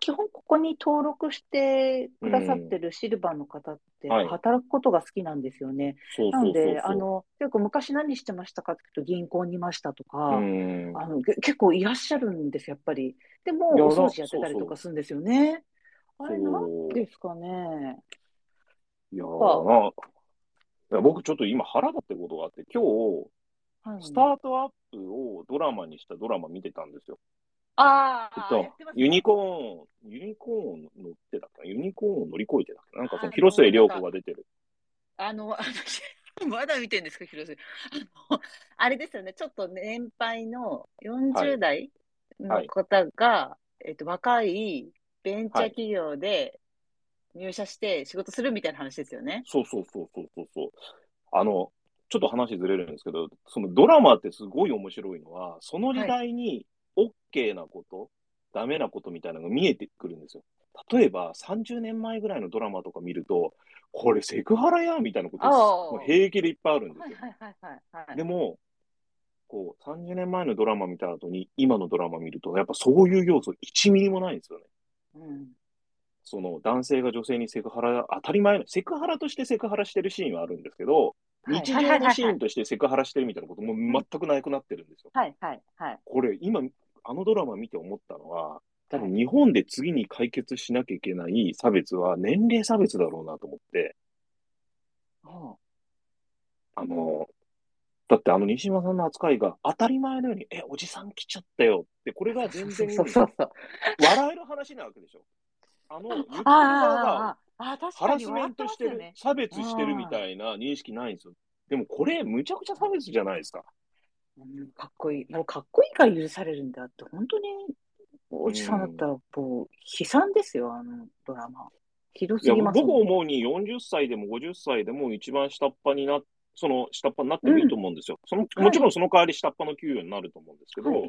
こに登録してうくださっん。 てるシルバーの方ってはい。 働くことが好きなんですよね。 そうそうそうなので、あその、結構昔何してましたかって言うと銀行にいましたとう。うか、 ん。 あの、け結構いらっしゃるんですよ、やっぱり。でも、 いや、 おだ、 掃除やってたりとそうそう。 かするんですよね。あれ、なんそですかね。 う。いやなんか、 ーな、いや僕ちょっと今腹立ってことがあって、今日、スタはい。 ートアップをドラマにしたドラマ見てたんですよ。えっああ、やと、 ってますね。 ユニコーン、ユニコーン乗ってたっけユニコーンを乗り越えてたっけなんかそのあの、 広末涼子なんか、 が出てる。 あの、私、まだ見てんですか、広瀬。あの、あれですよね、ちょっと年配のはい。 よんじゅう代はい。 の方が、えっと、若いベンチャーはい。 企業で入社して仕事するみたいな話ですよね。 そうそうそうそうそうそう。あの、ちょっと話ずれるんですけど、そのドラマってすごい面白いのは、その時はい。 代に OK なこと、ダメなことみたいなのが見えてくるんですよ。例えばさんじゅうねんまえぐらいのドラマとか見ると、これセクハラやみたいなことあもうあ、は平気でいっぱいあるんですよ。 いはいはいはいはい。 でも、こう、さんじゅうねんまえのドラマ見た後に、今のドラマ見ると、やっぱそういう要素いちミリもないんですよね。 うん。 その男性が女性にセクハラ、当たり前の、セクハラとしてセクハラしてるシーンはあるんですけど、 はいはいは日常いはいはい。 のシーンとしてセクハラしてるみたいなこともうん。 全くなくなってるんですよ。 はいはいはい。 これ、今、あのドラマ見て思ったのは、多はい。 分日本で次に解決しなきゃいけない差別は年齢差別だろうなと思って、 おあの、だってあの西島さんの扱いが当たり前のように、え、おじさん来ちゃったよって、これが全然そうそうそうそうそう。 笑える話なわけでしょ。あの、言っああ、 てる側がああ、ああ、ああ、確ハラスメかに笑ってントしてる、 ますよね。 差別してるみああ。 たいな認識ないんですよ。でもこれ、むちゃくちゃ差別じゃないですか。 うん、かっこいい。もうかっこいいから許されるんだって、本当にうおじさんだったん。 ら、もう悲惨ですよ、あのドラマ。ひどいや、 すぎます僕もん。 思うによんじゅっさいでもごじゅっさいでも一番下っ端にな、その下っ端になってもいいとうん。 思うんですよ。その、もちろんはい。 その代わり下っ端の給与になると思うんですけど、 はい。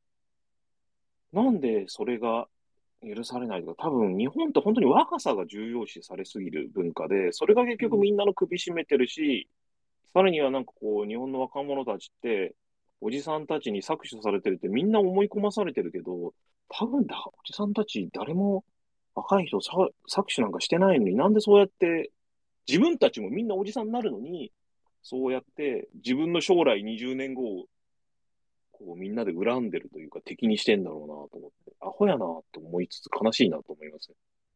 なんでそれが許されないとか、多分日本って本当に若さが重要視されすぎる文化で、それが結うん。 局みんなの首絞めてるし、さらにはなんかこう、日本の若者たちって、おじさんたちに搾取されてるってみんな思い込まされてるけど、多分だ、おじさんたち誰も若い人さ搾取なんかしてないのになんでそうやって自分たちもみんなおじさんになるのに、そうやって自分の将来にじゅうねんごをこうみんなで恨んでるというか敵にしてんだろうなと思って、アホやなと思いつつ悲しいなと思いますね。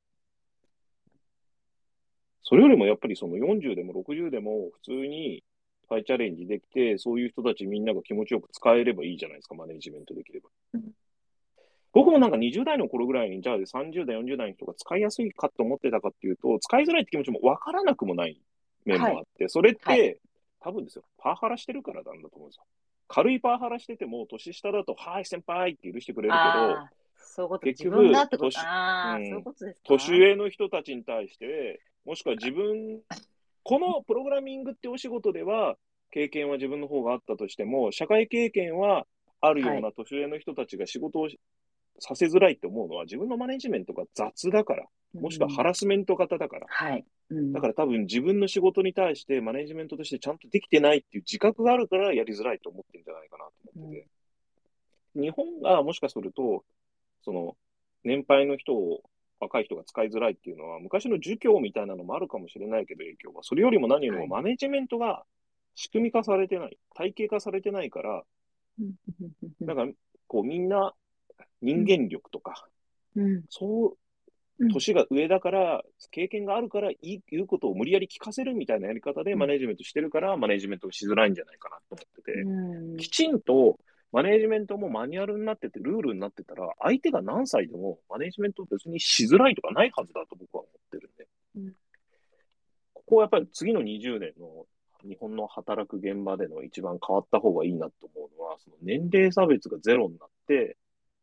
それよりもやっぱりそのよんじゅうでもろくじゅうでも普通に再チャレンジできて、そういう人たちみんなが気持ちよく使えればいいじゃないですか、マネジメントできれば。 うん。 僕もなんかにじゅう代の頃ぐらいに、じゃあさんじゅう代、よんじゅう代の人が使いやすいかと思ってたかっていうと、使いづらいって気持ちもわからなくもない面はい。 もあって、それっはい。 て多分ですよ、パワハラしてるからなんだと思うんですよ。軽いパワハラしてても、年下だと、はい、先輩って許してくれるけど、 ああ、そういうことか。自分が結局、 ってこと。 年、うああ、そういうん、 ことです年か？ 上の人たちに対して、もしくは自分、このプログラミングってお仕事では、経験は自分の方があったとしても、社会経験はあるよはい。 うな年上の人たちが仕事をさせづらいって思うのは、自分のマネジメントが雑だから、 うもしくはハん。 ラスメント型だから。 はい。うん。 だから多分自分の仕事に対してマネジメントとしてちゃんとできてないっていう自覚があるからやりづらいと思ってるんじゃないかなと思うん。 ってて。日本がもしかすると、その、年配の人を、若い人が使いづらいっていうのは、昔の儒教みたいなのもあるかもしれないけど、影響は。それよりも何よりはい。 もマネジメントが仕組み化されてない、体系化されてないから、 うん。うん。 なんか、こうみんなうん。 人間力とか、 うん。 そう、 うん。 年が上だから、経験があるから言い、言うことを無理やり聞かせるみたいなやり方でうん。 マネジメントしてるから、マネジメントしづらいんじゃないかなと思ってうて、きん。 ちんとマネジメントもマニュアルになってて、ルールになってたら、相手が何歳でもマネジメント別にしづらいとかないはずだと僕は思ってるんで、 うん。 ここはやっぱり次のにじゅうねんの日本の働く現場での一番変わった方がいいなと思うのは、その年齢差別がゼロになって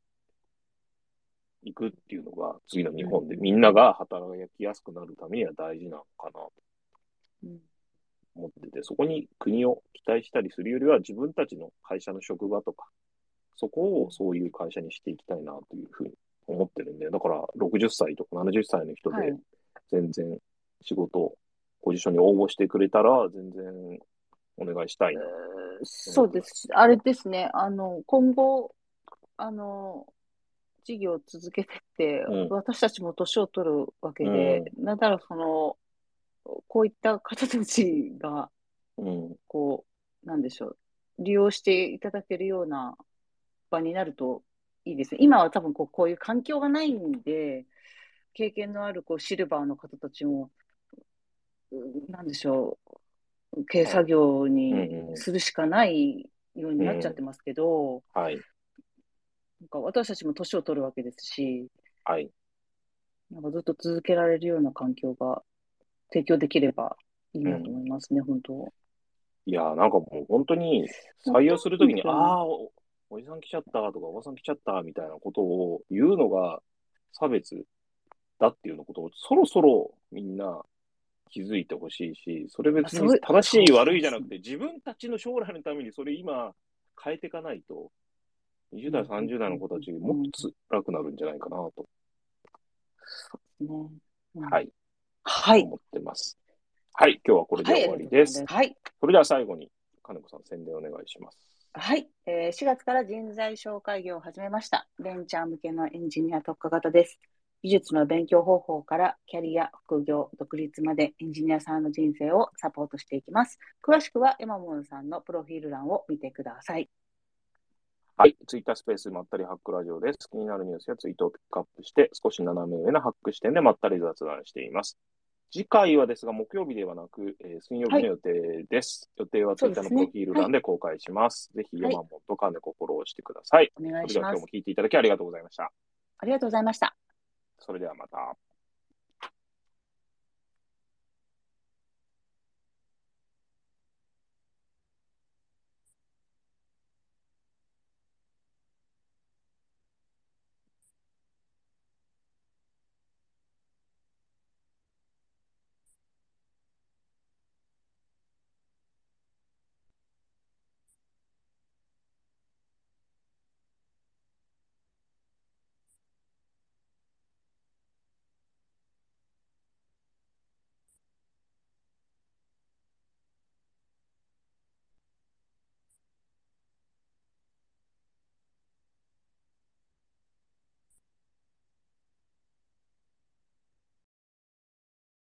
いくっていうのが次の日うん。 本でみんなが働きやすくなるためには大事なのかなとうん。 思ってて、そこに国を期待したりするよりは自分たちの会社の職場とか、そこをそういう会社にしていきたいなというふうに思ってるんで、だからろくじゅっさいとかななじゅっさいの人ではい。 全然仕事、ポジションに応募してくれたら全然お願いしたいなと思ってます。 そうです。あれですね。あの、今後、あの、 事業を続けてって、 うん。 私たちも年を取るわけで、 うん。 なんだろう、その、こういった方たちが、 うん。 こう、なんでしょう、利用していただけるような場になるといいですね。今は多分こう、こういう環境がないんで、経験のあるこうシルバーの方たちも、うんなんでしょう、軽はい。 作業うん。 にうん。 するしかないようになっちゃっうん。 てますけど、 はい。 なんか私たちも年を取るわけですし、 はい。 なんかずっと続けられるような環境が提供できればいいなとうん。 思いますね、本当。 いやー、なんかもう本当にそう採用するときに、 ですよね。 ああ、お、おじさん来ちゃったとか、おばさん来ちゃったみたいなことを言うのが差別だっていうのことをそろそろみんな気づいてほしいし、それあ、 別にそう、 正しいそうですね。 悪いじゃなくて、自分たちの将来のためにそれ今変えていかないと、にじゅう代、 うん、うん、 さんじゅう代うん、 の子たちうん。 もっと辛くなるんじゃないかなと、 ね。うん。 はい、 はい。 思ってます。はい、今日はこれではい、あ終りわりです。 がとうございます。はい。 それでは最後に、金子さん宣伝お願いします。 はい。えーしがつから人材紹介業を始めました。ベンチャー向けのエンジニア特化型です。技術の勉強方法からキャリア、副業、独立までエンジニアさんの人生をサポートしていきます。詳しくはエマモンさんのプロフィール欄を見てください。 はい。ツイッタースペースまったりハックラジオです。気になるニュースやツイートをピックアップして、少し斜め上なハック視点でまったり雑談しています。次回はですが、木曜日ではなく、えー水曜日はい。 の予定です。予定はツイッターのプロそうですね。 フィール欄はい。 で公開します。ぜひ、ヤはい。 マモンとカネコフォローしてください。 お願それではいします。 今日も聞いていただきありがとうございました。 ありがとうございました。 それではまた。